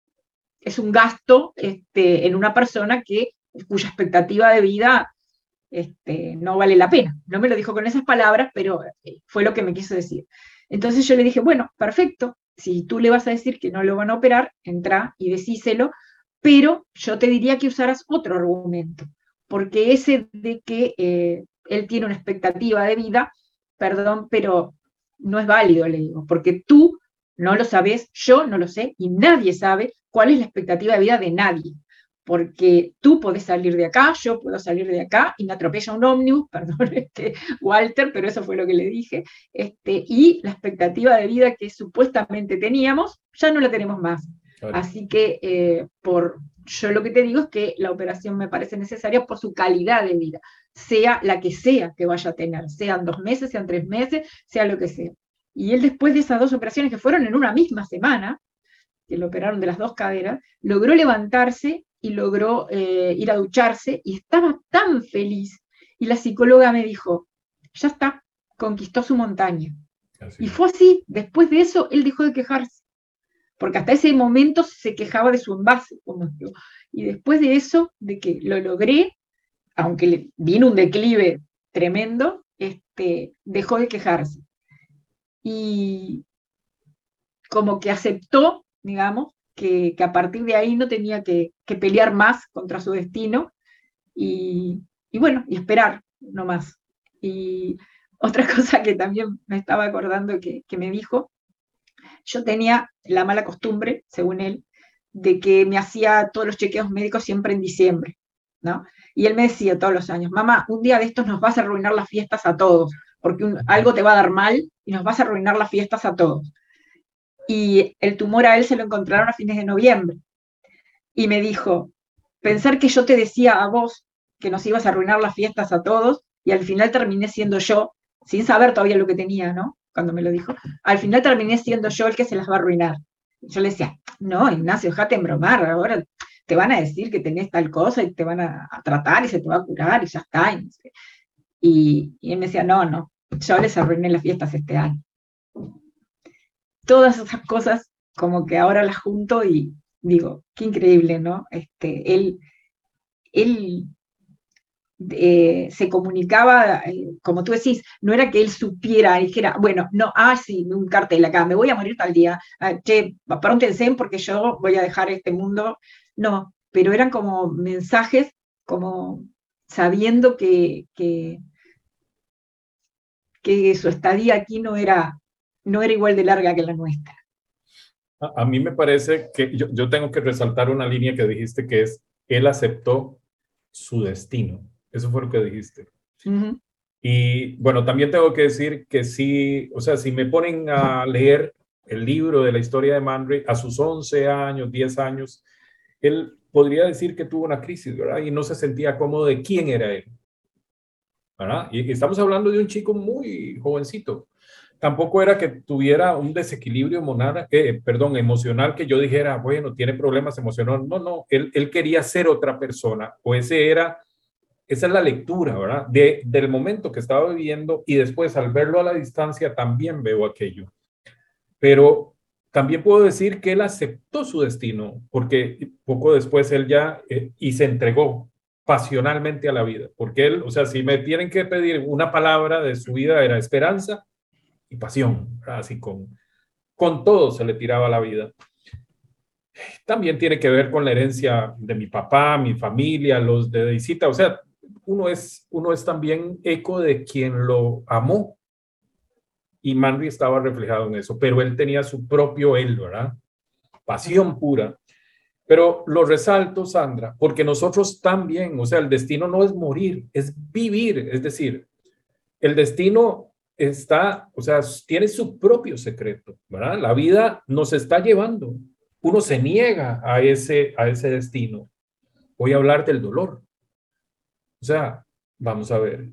es un gasto este, en una persona que, cuya expectativa de vida este, no vale la pena. No me lo dijo con esas palabras, pero fue lo que me quiso decir. Entonces yo le dije, bueno, perfecto, si tú le vas a decir que no lo van a operar, entra y decíselo, pero yo te diría que usaras otro argumento, porque ese de que eh, él tiene una expectativa de vida, perdón, pero no es válido, le digo, porque tú no lo sabes, yo no lo sé, y nadie sabe cuál es la expectativa de vida de nadie. Porque tú podés salir de acá, yo puedo salir de acá, y me atropella un ómnibus, perdón, este, Walter, pero eso fue lo que le dije, este, y la expectativa de vida que supuestamente teníamos, ya no la tenemos más. Claro. Así que, eh, por, yo lo que te digo es que la operación me parece necesaria por su calidad de vida, sea la que sea que vaya a tener, sean dos meses, sean tres meses, sea lo que sea. Y él después de esas dos operaciones que fueron en una misma semana, que lo operaron de las dos caderas, logró levantarse y logró eh, ir a ducharse y estaba tan feliz. Y la psicóloga me dijo, ya está, conquistó su montaña. Así. Y fue así, después de eso él dejó de quejarse, porque hasta ese momento se quejaba de su envase, como yo. Y después de eso, de que lo logré, aunque le vino un declive tremendo, este, dejó de quejarse. Y como que aceptó, digamos, que, que a partir de ahí no tenía que, que pelear más contra su destino y, y bueno, y esperar no más. Y otra cosa que también me estaba acordando que, que me dijo, yo tenía la mala costumbre, según él, de que me hacía todos los chequeos médicos siempre en diciembre, ¿no? Y él me decía todos los años, mamá, un día de estos nos vas a arruinar las fiestas a todos, porque un, algo te va a dar mal y nos vas a arruinar las fiestas a todos. Y el tumor a él se lo encontraron a fines de noviembre. Y me dijo, pensar que yo te decía a vos que nos ibas a arruinar las fiestas a todos, y al final terminé siendo yo, sin saber todavía lo que tenía, ¿no? Cuando me lo dijo, al final terminé siendo yo el que se las va a arruinar. Y yo le decía, no, Ignacio, déjate embromar, ahora te van a decir que tenés tal cosa y te van a, a tratar y se te va a curar y ya está. Y, y, y él me decía, no, no, yo les arruiné las fiestas este año. Todas esas cosas como que ahora las junto y digo, qué increíble, ¿no? Este, él él eh, se comunicaba, eh, como tú decís, no era que él supiera, dijera, bueno, no, ah, sí, un cartel acá, me voy a morir tal día, ah, che, apróntense porque yo voy a dejar este mundo. No, pero eran como mensajes, como sabiendo que, que, que su estadía aquí no era, no era igual de larga que la nuestra. A, a mí me parece que yo, yo tengo que resaltar una línea que dijiste que es, él aceptó su destino. Eso fue lo que dijiste. Uh-huh. Y bueno, también tengo que decir que sí, o sea, si me ponen a leer el libro de la historia de Man Ray a sus once años, diez años, él podría decir que tuvo una crisis, ¿verdad? Y no se sentía cómodo de quién era él, ¿verdad? Y estamos hablando de un chico muy jovencito, tampoco era que tuviera un desequilibrio monada, eh, perdón, emocional, que yo dijera, bueno, tiene problemas emocionales. No, no, él, él quería ser otra persona, o ese era, esa es la lectura, ¿verdad? De, del momento que estaba viviendo, y después al verlo a la distancia también veo aquello. Pero también puedo decir que él aceptó su destino, porque poco después él ya, eh, y se entregó pasionalmente a la vida, porque él, o sea, si me tienen que pedir una palabra de su vida, era esperanza y pasión, así con, con todo se le tiraba la vida. También tiene que ver con la herencia de mi papá, mi familia, los de Deisita, o sea, uno es, uno es también eco de quien lo amó, y Manri estaba reflejado en eso, pero él tenía su propio él, ¿verdad? Pasión pura. Pero lo resalto, Sandra, porque nosotros también, o sea, el destino no es morir, es vivir, es decir, el destino está, o sea, tiene su propio secreto, ¿verdad? La vida nos está llevando. Uno se niega a ese, a ese destino. Voy a hablar del dolor. O sea, vamos a ver.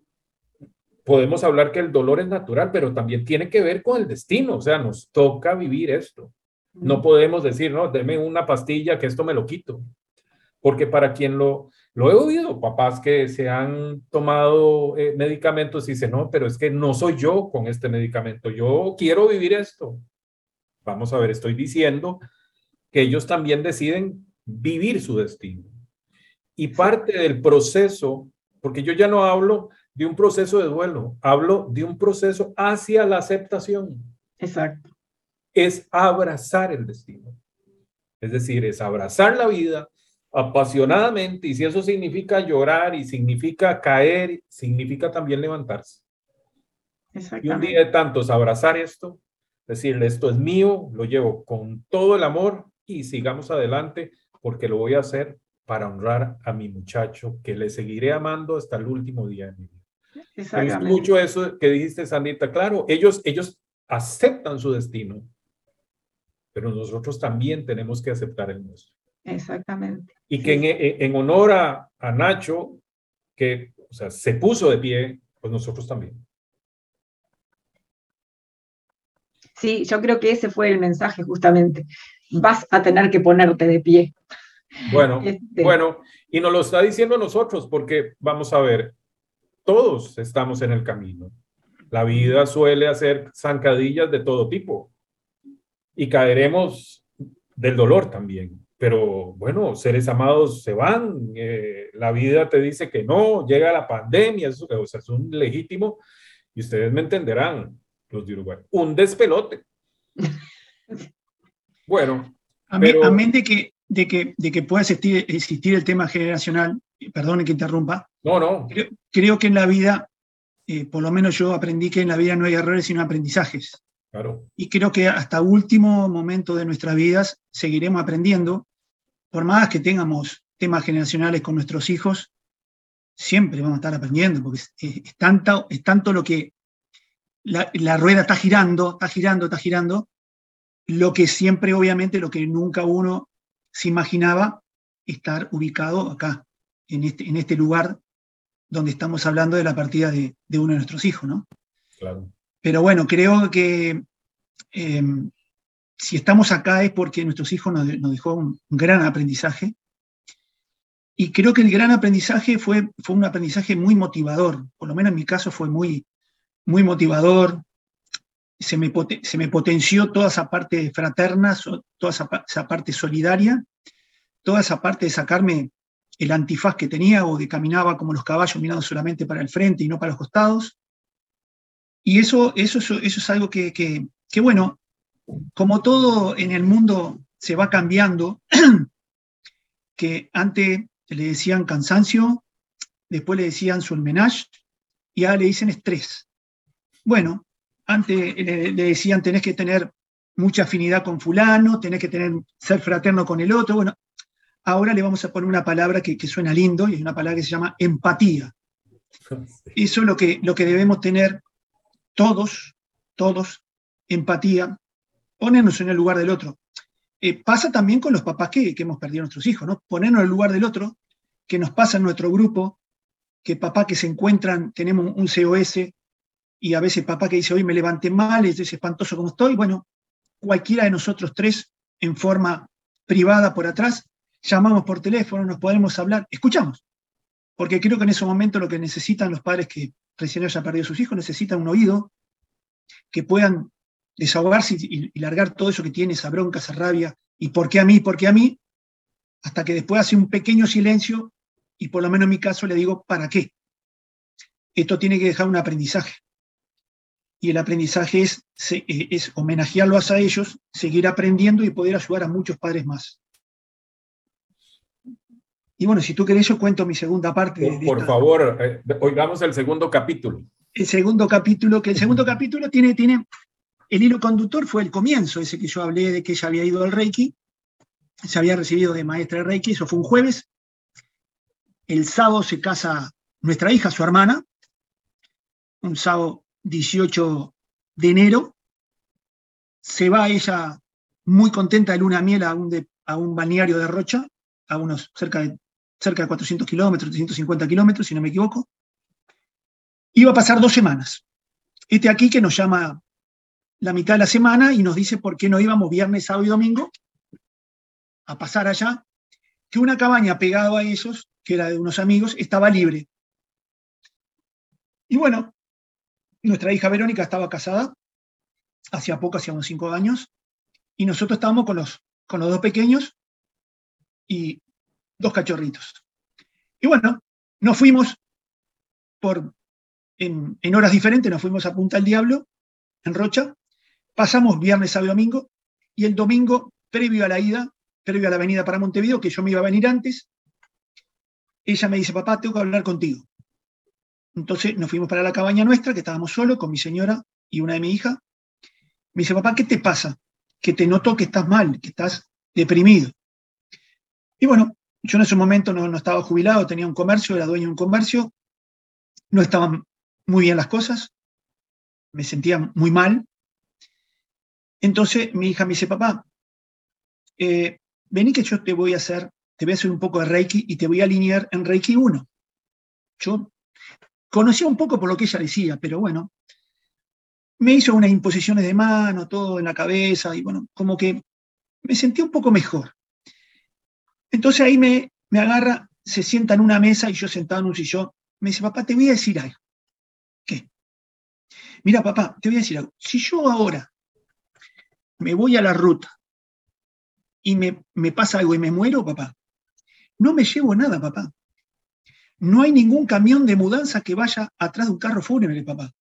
Podemos hablar que el dolor es natural, pero también tiene que ver con el destino. O sea, nos toca vivir esto. No podemos decir, no, deme una pastilla que esto me lo quito. Porque para quien lo, lo he oído, papás que se han tomado eh, medicamentos y dicen, no, pero es que no soy yo con este medicamento, yo quiero vivir esto. Vamos a ver, estoy diciendo que ellos también deciden vivir su destino. Y parte del proceso, porque yo ya no hablo de un proceso de duelo, hablo de un proceso hacia la aceptación. Exacto. Es abrazar el destino. Es decir, es abrazar la vida apasionadamente, y si eso significa llorar y significa caer, significa también levantarse. Y un día de tantos abrazar esto, decirle esto es mío, lo llevo con todo el amor y sigamos adelante, porque lo voy a hacer para honrar a mi muchacho, que le seguiré amando hasta el último día de mi vida. Me gustó mucho eso que dijiste, Sandita. Claro, ellos, ellos aceptan su destino, pero nosotros también tenemos que aceptar el nuestro. Exactamente. Y que sí. en, en honor a, a Nacho, que o sea, se puso de pie, pues nosotros también. Sí, yo creo que ese fue el mensaje justamente. Vas a tener que ponerte de pie. Bueno, este. bueno, y nos lo está diciendo a nosotros, porque vamos a ver, todos estamos en el camino. La vida suele hacer zancadillas de todo tipo y caeremos del dolor también. Pero bueno, seres amados se van, eh, la vida te dice que no, llega la pandemia, eso, o sea, es un legítimo, y ustedes me entenderán, los de Uruguay, un despelote. Bueno, amén, pero... amén de que, de que, de que pueda existir, existir el tema generacional, perdone que interrumpa. No, no. Creo, creo que en la vida, eh, por lo menos yo aprendí que en la vida no hay errores sino aprendizajes. Claro. Y creo que hasta último momento de nuestras vidas seguiremos aprendiendo. Por más que tengamos temas generacionales con nuestros hijos, siempre vamos a estar aprendiendo, porque es, es, tanto, es tanto lo que la, la rueda está girando, está girando, está girando, lo que siempre, obviamente, lo que nunca uno se imaginaba, estar ubicado acá, en este, en este lugar donde estamos hablando de la partida de, de uno de nuestros hijos, ¿no? Claro. Pero bueno, creo que eh, si estamos acá es porque nuestros hijos nos, nos dejó un gran aprendizaje. Y creo que el gran aprendizaje fue, fue un aprendizaje muy motivador. Por lo menos en mi caso fue muy, muy motivador. Se me, se me potenció toda esa parte fraterna, toda esa, esa parte solidaria, toda esa parte de sacarme el antifaz que tenía o de caminaba como los caballos mirando solamente para el frente y no para los costados. Y eso, eso, eso, eso es algo que, que, que, bueno, como todo en el mundo se va cambiando, que antes le decían cansancio, después le decían surmenage, y ahora le dicen estrés. Bueno, antes le, le decían tenés que tener mucha afinidad con fulano, tenés que tener, ser fraterno con el otro. Bueno, ahora le vamos a poner una palabra que, que suena lindo, y es una palabra que se llama empatía. Eso es lo que, lo que debemos tener todos, todos, empatía, ponernos en el lugar del otro. Eh, pasa también con los papás que, que hemos perdido a nuestros hijos, ¿no? Ponernos en el lugar del otro, que nos pasa en nuestro grupo, que papás que se encuentran, tenemos un C O S, y a veces papá que dice, hoy me levanté mal, es espantoso como estoy. Bueno, cualquiera de nosotros tres, en forma privada por atrás, llamamos por teléfono, nos podemos hablar, escuchamos. Porque creo que en ese momento lo que necesitan los padres que recién hayan perdido a sus hijos, necesitan un oído, que puedan desahogarse y, y largar todo eso que tiene, esa bronca, esa rabia, y por qué a mí, por qué a mí, hasta que después hace un pequeño silencio, y por lo menos en mi caso le digo, ¿para qué? Esto tiene que dejar un aprendizaje. Y el aprendizaje es, es homenajearlos a ellos, seguir aprendiendo y poder ayudar a muchos padres más. Y bueno, si tú querés, yo cuento mi segunda parte. Por, de por esta, favor, eh, oigamos el segundo capítulo. El segundo capítulo, que el segundo capítulo tiene, tiene, el hilo conductor fue el comienzo, ese que yo hablé de que ella había ido al Reiki, se había recibido de maestra de Reiki, eso fue un jueves. El sábado se casa nuestra hija, su hermana, un sábado dieciocho de enero. Se va ella muy contenta de luna de miel a un, de, a un balneario de Rocha, a unos cerca de, cerca de cuatrocientos kilómetros, trescientos cincuenta kilómetros, si no me equivoco. Iba a pasar dos semanas. Este aquí que nos llama la mitad de la semana y nos dice por qué no íbamos viernes, sábado y domingo a pasar allá, que una cabaña pegada a esos, que era de unos amigos, estaba libre. Y bueno, nuestra hija Verónica estaba casada, hacía poco, hacía unos cinco años, y nosotros estábamos con los, con los dos pequeños y dos cachorritos. Y bueno, nos fuimos por, en, en horas diferentes, nos fuimos a Punta del Diablo, en Rocha, pasamos viernes, sábado y domingo, y el domingo, previo a la ida, previo a la venida para Montevideo, que yo me iba a venir antes, ella me dice, papá, tengo que hablar contigo. Entonces nos fuimos para la cabaña nuestra, que estábamos solos, con mi señora y una de mi hija. Me dice, papá, ¿qué te pasa? Que te noto que estás mal, que estás deprimido. Y bueno, yo en ese momento no, no estaba jubilado, tenía un comercio, era dueño de un comercio, no estaban muy bien las cosas, me sentía muy mal. Entonces mi hija me dice, papá, eh, vení que yo te voy a hacer, te voy a hacer un poco de Reiki y te voy a alinear en Reiki uno. Yo conocía un poco por lo que ella decía, pero bueno, me hizo unas imposiciones de mano, todo en la cabeza, y bueno, como que me sentí un poco mejor. Entonces ahí me, me agarra, se sienta en una mesa y yo sentado en un sillón, me dice, papá, te voy a decir algo. ¿Qué? Mira, papá, te voy a decir algo. Si yo ahora me voy a la ruta y me, me pasa algo y me muero, papá, no me llevo nada, papá. No hay ningún camión de mudanza que vaya atrás de un carro fúnebre, papá.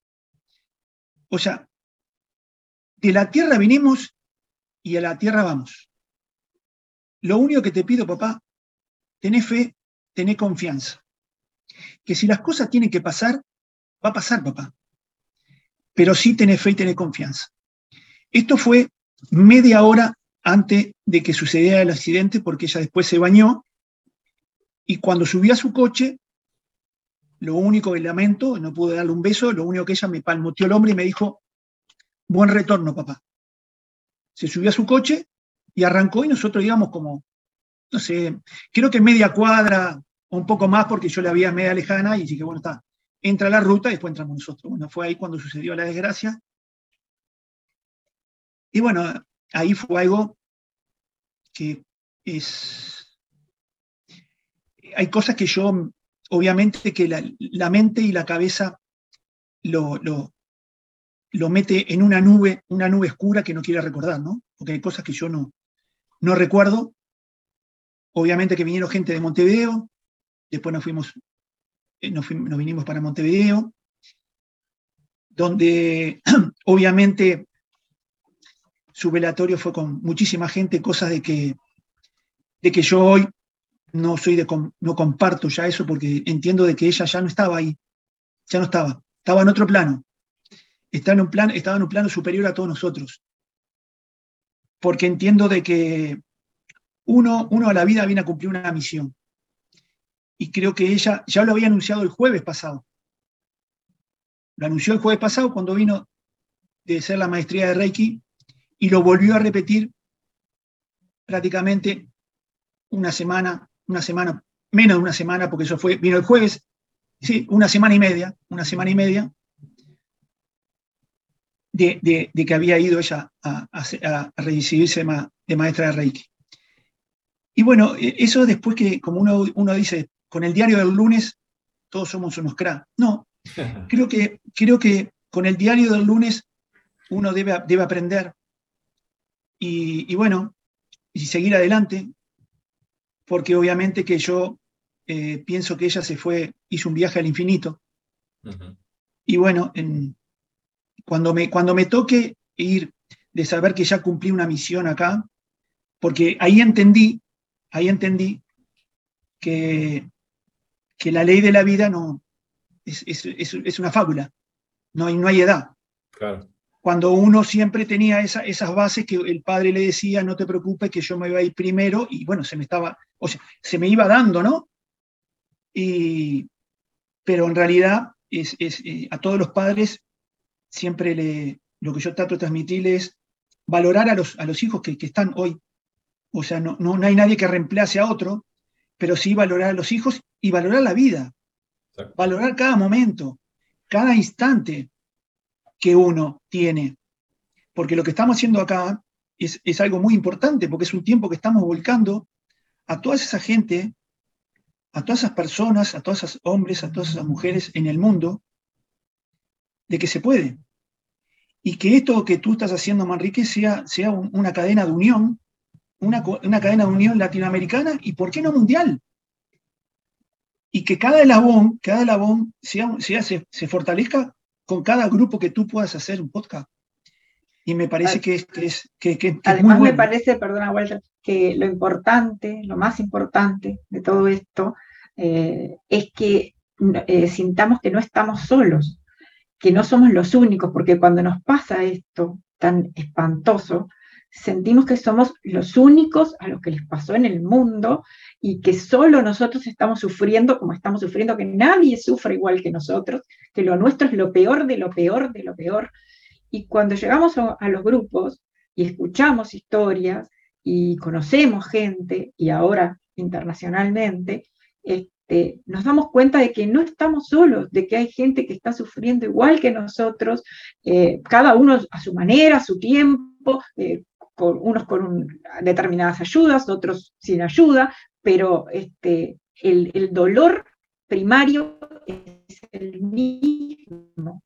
O sea, de la tierra vinimos y a la tierra vamos. Lo único que te pido, papá, tené fe, tené confianza. Que si las cosas tienen que pasar, va a pasar, papá. Pero sí tené fe y tené confianza. Esto fue media hora antes de que sucediera el accidente, porque ella después se bañó y cuando subió a su coche, lo único que lamento, no pude darle un beso, lo único que ella me palmoteó el hombro y me dijo, buen retorno, papá. Se subió a su coche y arrancó y nosotros íbamos como, no sé, creo que media cuadra o un poco más porque yo la veía media lejana y dije, bueno, está, entra a la ruta y después entramos nosotros. Bueno, fue ahí cuando sucedió la desgracia. Y bueno, ahí fue algo que es... Hay cosas que yo, obviamente, que la, la mente y la cabeza lo, lo, lo mete en una nube, una nube oscura que no quiere recordar, ¿no? Porque hay cosas que yo no, no recuerdo. Obviamente que vinieron gente de Montevideo, después nos fuimos, nos, fuimos, nos vinimos para Montevideo, donde obviamente su velatorio fue con muchísima gente, cosas de que, de que yo hoy no soy de, no comparto ya eso porque entiendo de que ella ya no estaba ahí, ya no estaba, estaba en otro plano, estaba en un plano, estaba en un plano superior a todos nosotros, porque entiendo de que uno, uno a la vida viene a cumplir una misión, y creo que ella ya lo había anunciado el jueves pasado, lo anunció el jueves pasado cuando vino de hacer la maestría de Reiki, y lo volvió a repetir prácticamente una semana, una semana, menos de una semana, porque eso fue, vino el jueves, sí, una semana y media, una semana y media, de, de, de que había ido ella a, a, a recibirse de, ma, de maestra de Reiki. Y bueno, eso después que, como uno, uno dice, con el diario del lunes todos somos unos cracks. No, creo que, creo que con el diario del lunes uno debe, debe aprender y, y bueno, y seguir adelante, porque obviamente que yo eh, pienso que ella se fue, hizo un viaje al infinito. Uh-huh. Y bueno, en, cuando, me, cuando me toque ir, de saber que ya cumplí una misión acá, porque ahí entendí, ahí entendí que, que la ley de la vida no es, es, es, es una fábula, no hay, no hay edad. Claro. Cuando uno siempre tenía esa, esas bases que el padre le decía, no te preocupes que yo me iba a ir primero, y bueno, se me estaba, o sea, se me iba dando, ¿no? Y, pero en realidad es, es, eh, a todos los padres siempre le, lo que yo trato de transmitirles es valorar a los, a los hijos que, que están hoy. O sea, no, no, no hay nadie que reemplace a otro, pero sí valorar a los hijos y valorar la vida. Exacto. Valorar cada momento, cada instante que uno tiene. Porque lo que estamos haciendo acá es, es algo muy importante, porque es un tiempo que estamos volcando a toda esa gente, a todas esas personas, a todos esos hombres, a todas esas mujeres en el mundo, de que se puede. Y que esto que tú estás haciendo, Manrique, sea, sea un, una cadena de unión, una, una cadena de unión latinoamericana y, ¿por qué no mundial? Y que cada eslabón, cada eslabón sea, sea, se, se fortalezca con cada grupo que tú puedas hacer un podcast. Y me parece que es, que es, que, que, que Además, es muy bueno. Me parece, perdona, Walter, que lo importante, lo más importante de todo esto eh, es que eh, sintamos que no estamos solos, que no somos los únicos, porque cuando nos pasa esto tan espantoso, sentimos que somos los únicos a los que les pasó en el mundo y que solo nosotros estamos sufriendo como estamos sufriendo, que nadie sufre igual que nosotros, que lo nuestro es lo peor de lo peor de lo peor. Y cuando llegamos a, a los grupos y escuchamos historias y conocemos gente, y ahora internacionalmente, este, nos damos cuenta de que no estamos solos, de que hay gente que está sufriendo igual que nosotros, eh, cada uno a su manera, a su tiempo, eh, con, unos con un, determinadas ayudas, otros sin ayuda, pero este, el, el dolor primario es el mismo.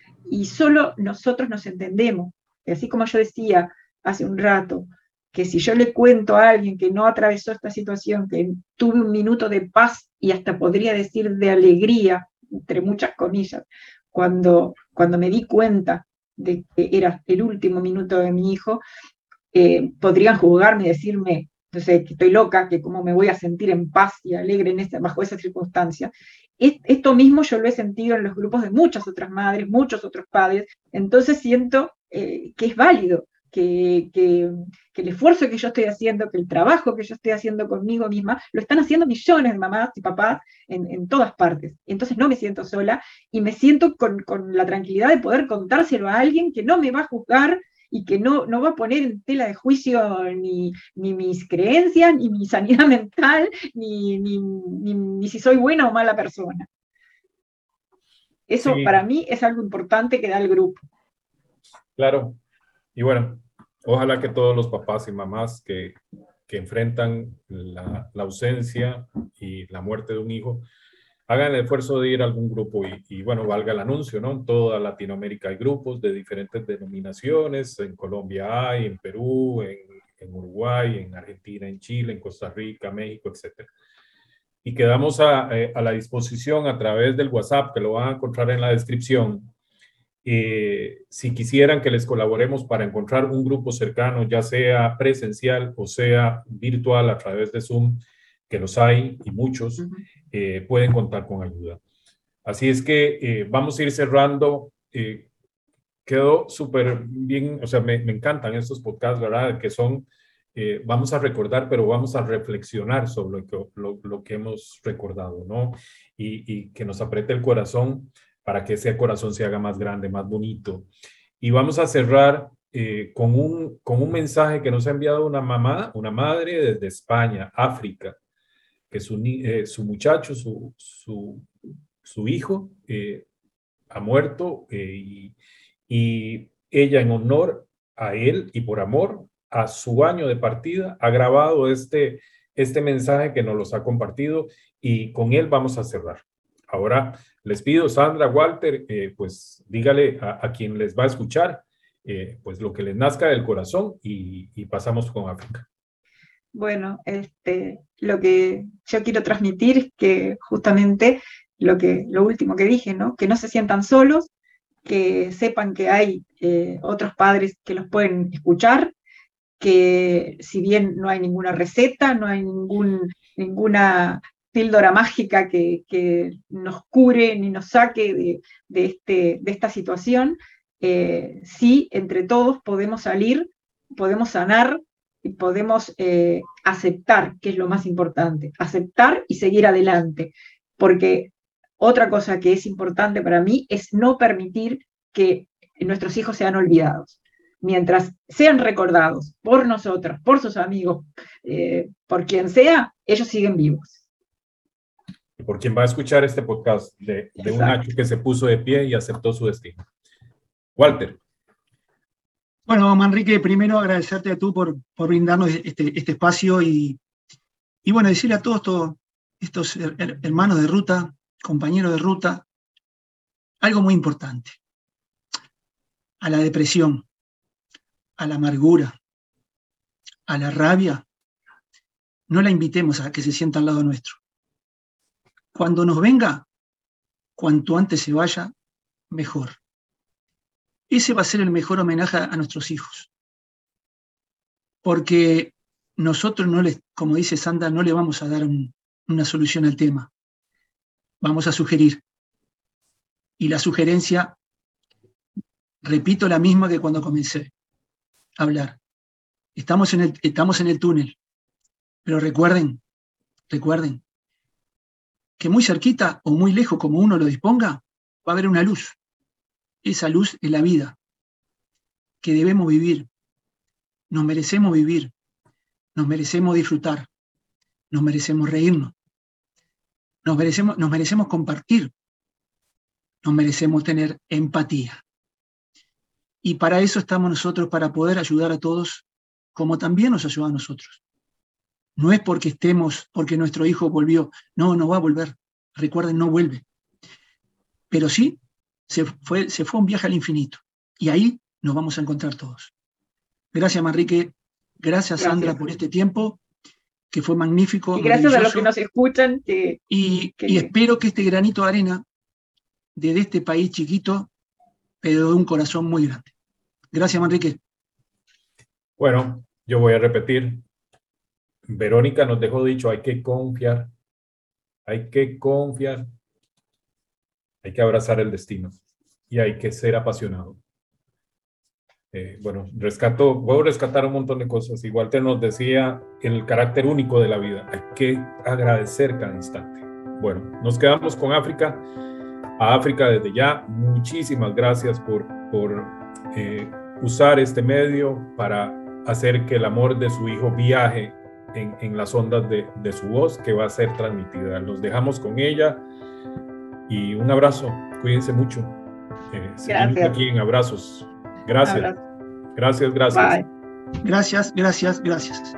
Y solo nosotros nos entendemos. Y así como yo decía hace un rato, que si yo le cuento a alguien que no atravesó esta situación, que tuve un minuto de paz y hasta podría decir de alegría, entre muchas comillas, cuando, cuando me di cuenta de que era el último minuto de mi hijo, eh, podrían juzgarme y decirme, no sé, que estoy loca, que cómo me voy a sentir en paz y alegre en esa, bajo esas circunstancias. Esto mismo yo lo he sentido en los grupos de muchas otras madres, muchos otros padres, entonces siento eh, que es válido, que, que, que el esfuerzo que yo estoy haciendo, que el trabajo que yo estoy haciendo conmigo misma, lo están haciendo millones de mamás y papás en, en todas partes. Entonces no me siento sola y me siento con, con la tranquilidad de poder contárselo a alguien que no me va a juzgar y que no, no va a poner en tela de juicio ni, ni mis creencias, ni mi sanidad mental, ni, ni, ni, ni si soy buena o mala persona. Eso sí. Para mí es algo importante que da el grupo. Claro. Y bueno, ojalá que todos los papás y mamás que, que enfrentan la, la ausencia y la muerte de un hijo hagan el esfuerzo de ir a algún grupo y, y bueno, valga el anuncio, ¿no? En toda Latinoamérica hay grupos de diferentes denominaciones, en Colombia hay, en Perú, en, en Uruguay, en Argentina, en Chile, en Costa Rica, México, etcétera. Y quedamos a, a la disposición a través del WhatsApp, que lo van a encontrar en la descripción. Eh, si quisieran que les colaboremos para encontrar un grupo cercano, ya sea presencial o sea virtual a través de Zoom, que los hay y muchos, uh-huh. eh, pueden contar con ayuda. Así es que eh, vamos a ir cerrando. Eh, quedó súper bien, o sea, me, me encantan estos podcasts, ¿verdad? Que son, eh, vamos a recordar, pero vamos a reflexionar sobre lo que, lo, lo que hemos recordado, ¿no? Y, y que nos apriete el corazón para que ese corazón se haga más grande, más bonito. Y vamos a cerrar eh, con, un, con un mensaje que nos ha enviado una mamá, una madre desde España, África, que su, eh, su muchacho, su, su, su hijo, eh, ha muerto eh, y, y ella en honor a él y por amor a su año de partida ha grabado este, este mensaje que nos los ha compartido y con él vamos a cerrar. Ahora les pido, Sandra, Walter, eh, pues dígale a, a quien les va a escuchar, eh, pues lo que les nazca del corazón y, y pasamos con África. Bueno, este, lo que yo quiero transmitir es que justamente lo, que, lo último que dije, ¿no? Que no se sientan solos, que sepan que hay eh, otros padres que los pueden escuchar, que si bien no hay ninguna receta, no hay ningún, ninguna píldora mágica que, que nos cure ni nos saque de, de, este, de esta situación, eh, sí, entre todos podemos salir, podemos sanar y podemos eh, aceptar, que es lo más importante, aceptar y seguir adelante, porque otra cosa que es importante para mí es no permitir que nuestros hijos sean olvidados. Mientras sean recordados por nosotros, por sus amigos, eh, por quien sea, ellos siguen vivos. Y por quien va a escuchar este podcast de, de un Nacho que se puso de pie y aceptó su destino. Walter. Bueno, Manrique, primero agradecerte a tú por, por brindarnos este, este espacio y, y bueno, decirle a todos todo, estos her hermanos de ruta, compañeros de ruta, algo muy importante. A la depresión, a la amargura, a la rabia, no la invitemos a que se sienta al lado nuestro. Cuando nos venga, cuanto antes se vaya, mejor. Ese va a ser el mejor homenaje a nuestros hijos. Porque nosotros, no les, como dice Sandra, no le vamos a dar un, una solución al tema. Vamos a sugerir. Y la sugerencia, repito la misma que cuando comencé a hablar. Estamos en el, estamos en el túnel. Pero recuerden, recuerden, que muy cerquita o muy lejos, como uno lo disponga, va a haber una luz. Esa luz es la vida, que debemos vivir. Nos merecemos vivir, nos merecemos disfrutar, nos merecemos reírnos, nos merecemos, nos merecemos compartir, nos merecemos tener empatía. Y para eso estamos nosotros, para poder ayudar a todos, como también nos ayuda a nosotros. No es porque estemos, porque nuestro hijo volvió, no, no va a volver. Recuerden, no vuelve. Pero sí, se fue, se fue un viaje al infinito. Y ahí nos vamos a encontrar todos. Gracias, Manrique. Gracias, Sandra, gracias por este tiempo, que fue magnífico. Y gracias a los que nos escuchan. Que, y, que... y espero que este granito de arena, desde este país chiquito, pero de un corazón muy grande. Gracias, Manrique. Bueno, yo voy a repetir. Verónica nos dejó dicho, hay que confiar, hay que confiar, hay que abrazar el destino y hay que ser apasionado. Eh, bueno, rescato, puedo rescatar un montón de cosas. Igual te nos decía el carácter único de la vida, hay que agradecer cada instante. Bueno, nos quedamos con África. A África desde ya, muchísimas gracias por, por eh, usar este medio para hacer que el amor de su hijo viaje En, en las ondas de, de su voz que va a ser transmitida. Los dejamos con ella y un abrazo. Cuídense mucho. Eh, seguimos aquí en abrazos. Gracias. Abrazo. Gracias, gracias. Bye. Gracias, gracias, gracias.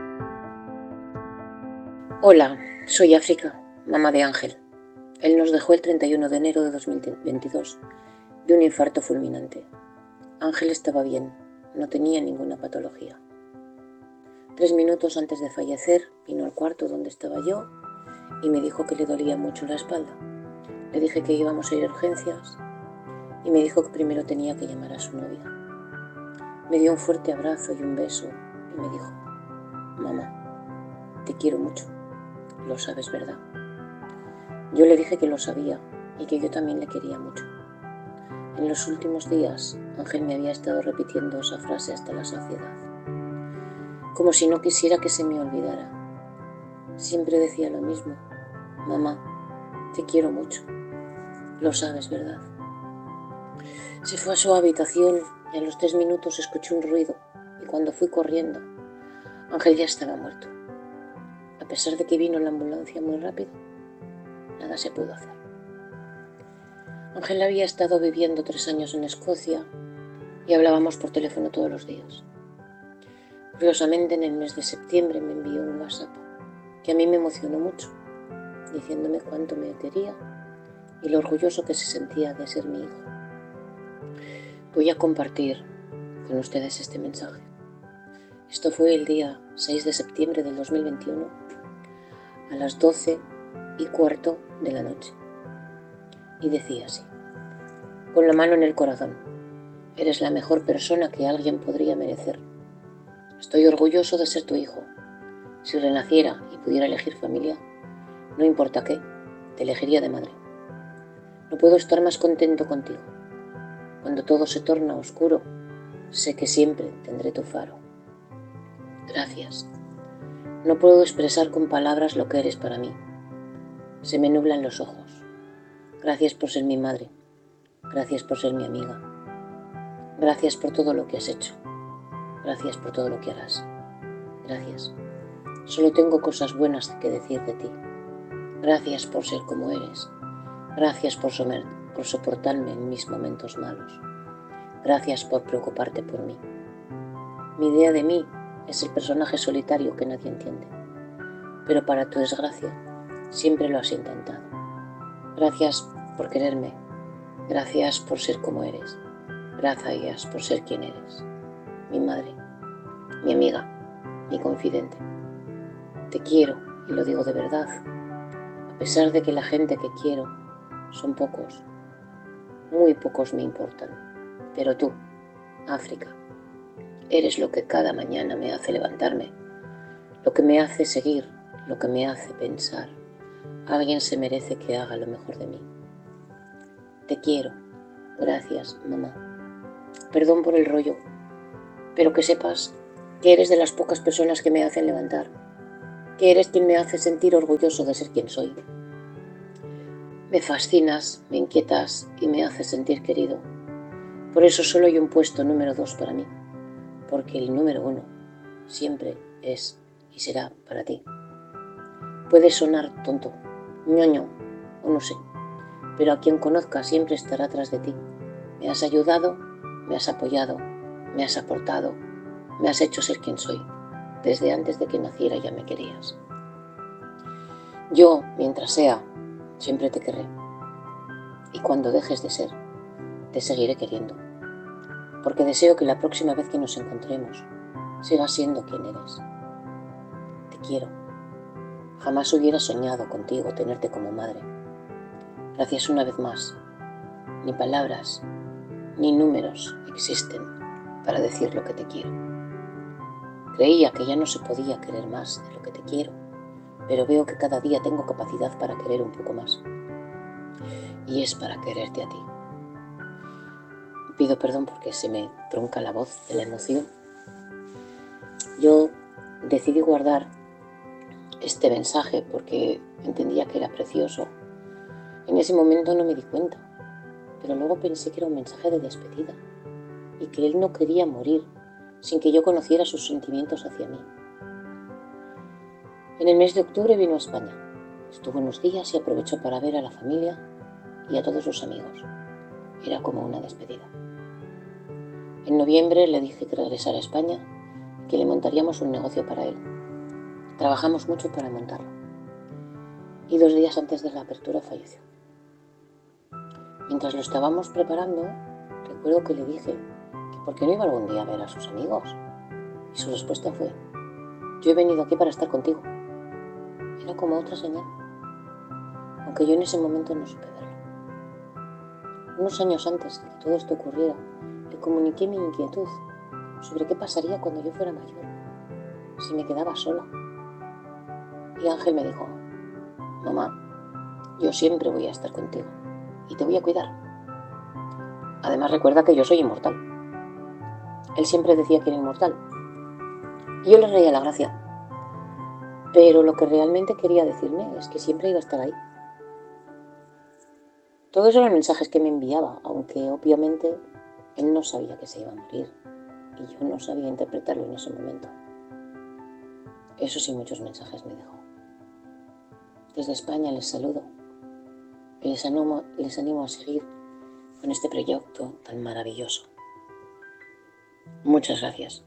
Hola, soy África, mamá de Ángel. Él nos dejó el treinta y uno de enero de dos mil veintidós de un infarto fulminante. Ángel estaba bien, no tenía ninguna patología. Tres minutos antes de fallecer, vino al cuarto donde estaba yo y me dijo que le dolía mucho la espalda. Le dije que íbamos a ir a urgencias y me dijo que primero tenía que llamar a su novia. Me dio un fuerte abrazo y un beso y me dijo: mamá, te quiero mucho, lo sabes, ¿verdad? Yo le dije que lo sabía y que yo también le quería mucho. En los últimos días, Ángel me había estado repitiendo esa frase hasta la saciedad, como si no quisiera que se me olvidara. Siempre decía lo mismo: mamá, te quiero mucho, lo sabes, ¿verdad? Se fue a su habitación y a los tres minutos escuché un ruido y cuando fui corriendo, Ángel ya estaba muerto. A pesar de que vino la ambulancia muy rápido, nada se pudo hacer. Ángel había estado viviendo tres años en Escocia y hablábamos por teléfono todos los días. Curiosamente, en el mes de septiembre me envió un WhatsApp que a mí me emocionó mucho, diciéndome cuánto me quería y lo orgulloso que se sentía de ser mi hijo. Voy a compartir con ustedes este mensaje. Esto fue el día seis de septiembre del dos mil veintiuno a las doce y cuarto de la noche. Y decía así: con la mano en el corazón, eres la mejor persona que alguien podría merecer. Estoy orgulloso de ser tu hijo. Si renaciera y pudiera elegir familia, no importa qué, te elegiría de madre. No puedo estar más contento contigo. Cuando todo se torna oscuro, sé que siempre tendré tu faro. Gracias. No puedo expresar con palabras lo que eres para mí. Se me nublan los ojos. Gracias por ser mi madre. Gracias por ser mi amiga. Gracias por todo lo que has hecho. Gracias por todo lo que harás. Gracias. Solo tengo cosas buenas que decir de ti. Gracias por ser como eres. Gracias por, somer, por soportarme en mis momentos malos. Gracias por preocuparte por mí. Mi idea de mí es el personaje solitario que nadie entiende. Pero para tu desgracia, siempre lo has intentado. Gracias por quererme. Gracias por ser como eres. Gracias por ser quien eres. Mi madre, mi amiga, mi confidente. Te quiero y lo digo de verdad. A pesar de que la gente que quiero son pocos, muy pocos me importan. Pero tú, África, eres lo que cada mañana me hace levantarme, lo que me hace seguir, lo que me hace pensar. Alguien se merece que haga lo mejor de mí. Te quiero. Gracias, mamá. Perdón por el rollo, pero que sepas que eres de las pocas personas que me hacen levantar, que eres quien me hace sentir orgulloso de ser quien soy. Me fascinas, me inquietas y me haces sentir querido. Por eso solo hay un puesto número dos para mí, porque el número uno siempre es y será para ti. Puede sonar tonto, ñoño o no sé, pero a quien conozca siempre estará atrás de ti. Me has ayudado, me has apoyado, me has aportado, me has hecho ser quien soy. Desde antes de que naciera ya me querías. Yo, mientras sea, siempre te querré. Y cuando dejes de ser, te seguiré queriendo. Porque deseo que la próxima vez que nos encontremos, sigas siendo quien eres. Te quiero. Jamás hubiera soñado contigo tenerte como madre. Gracias una vez más. Ni palabras, ni números existen para decir lo que te quiero. Creía que ya no se podía querer más de lo que te quiero, pero veo que cada día tengo capacidad para querer un poco más. Y es para quererte a ti. Pido perdón porque se me trunca la voz de la emoción. Yo decidí guardar este mensaje porque entendía que era precioso. En ese momento no me di cuenta, pero luego pensé que era un mensaje de despedida y que él no quería morir sin que yo conociera sus sentimientos hacia mí. En el mes de octubre vino a España. Estuvo unos días y aprovechó para ver a la familia y a todos sus amigos. Era como una despedida. En noviembre le dije que regresara a España y que le montaríamos un negocio para él. Trabajamos mucho para montarlo. Y dos días antes de la apertura falleció. Mientras lo estábamos preparando, recuerdo que le dije que por qué no iba algún día a ver a sus amigos. Y su respuesta fue: yo he venido aquí para estar contigo. Era como otra señal, aunque yo en ese momento no supe verlo. Unos años antes de que todo esto ocurriera, le comuniqué mi inquietud sobre qué pasaría cuando yo fuera mayor, si me quedaba sola. Y Ángel me dijo: mamá, yo siempre voy a estar contigo y te voy a cuidar. Además, recuerda que yo soy inmortal. Él siempre decía que era inmortal. Y yo le reía la gracia. Pero lo que realmente quería decirme es que siempre iba a estar ahí. Todos eran mensajes que me enviaba, aunque obviamente él no sabía que se iba a morir. Y yo no sabía interpretarlo en ese momento. Eso sí, muchos mensajes me dejó. Desde España les saludo y les animo, les animo a seguir con este proyecto tan maravilloso. Muchas gracias.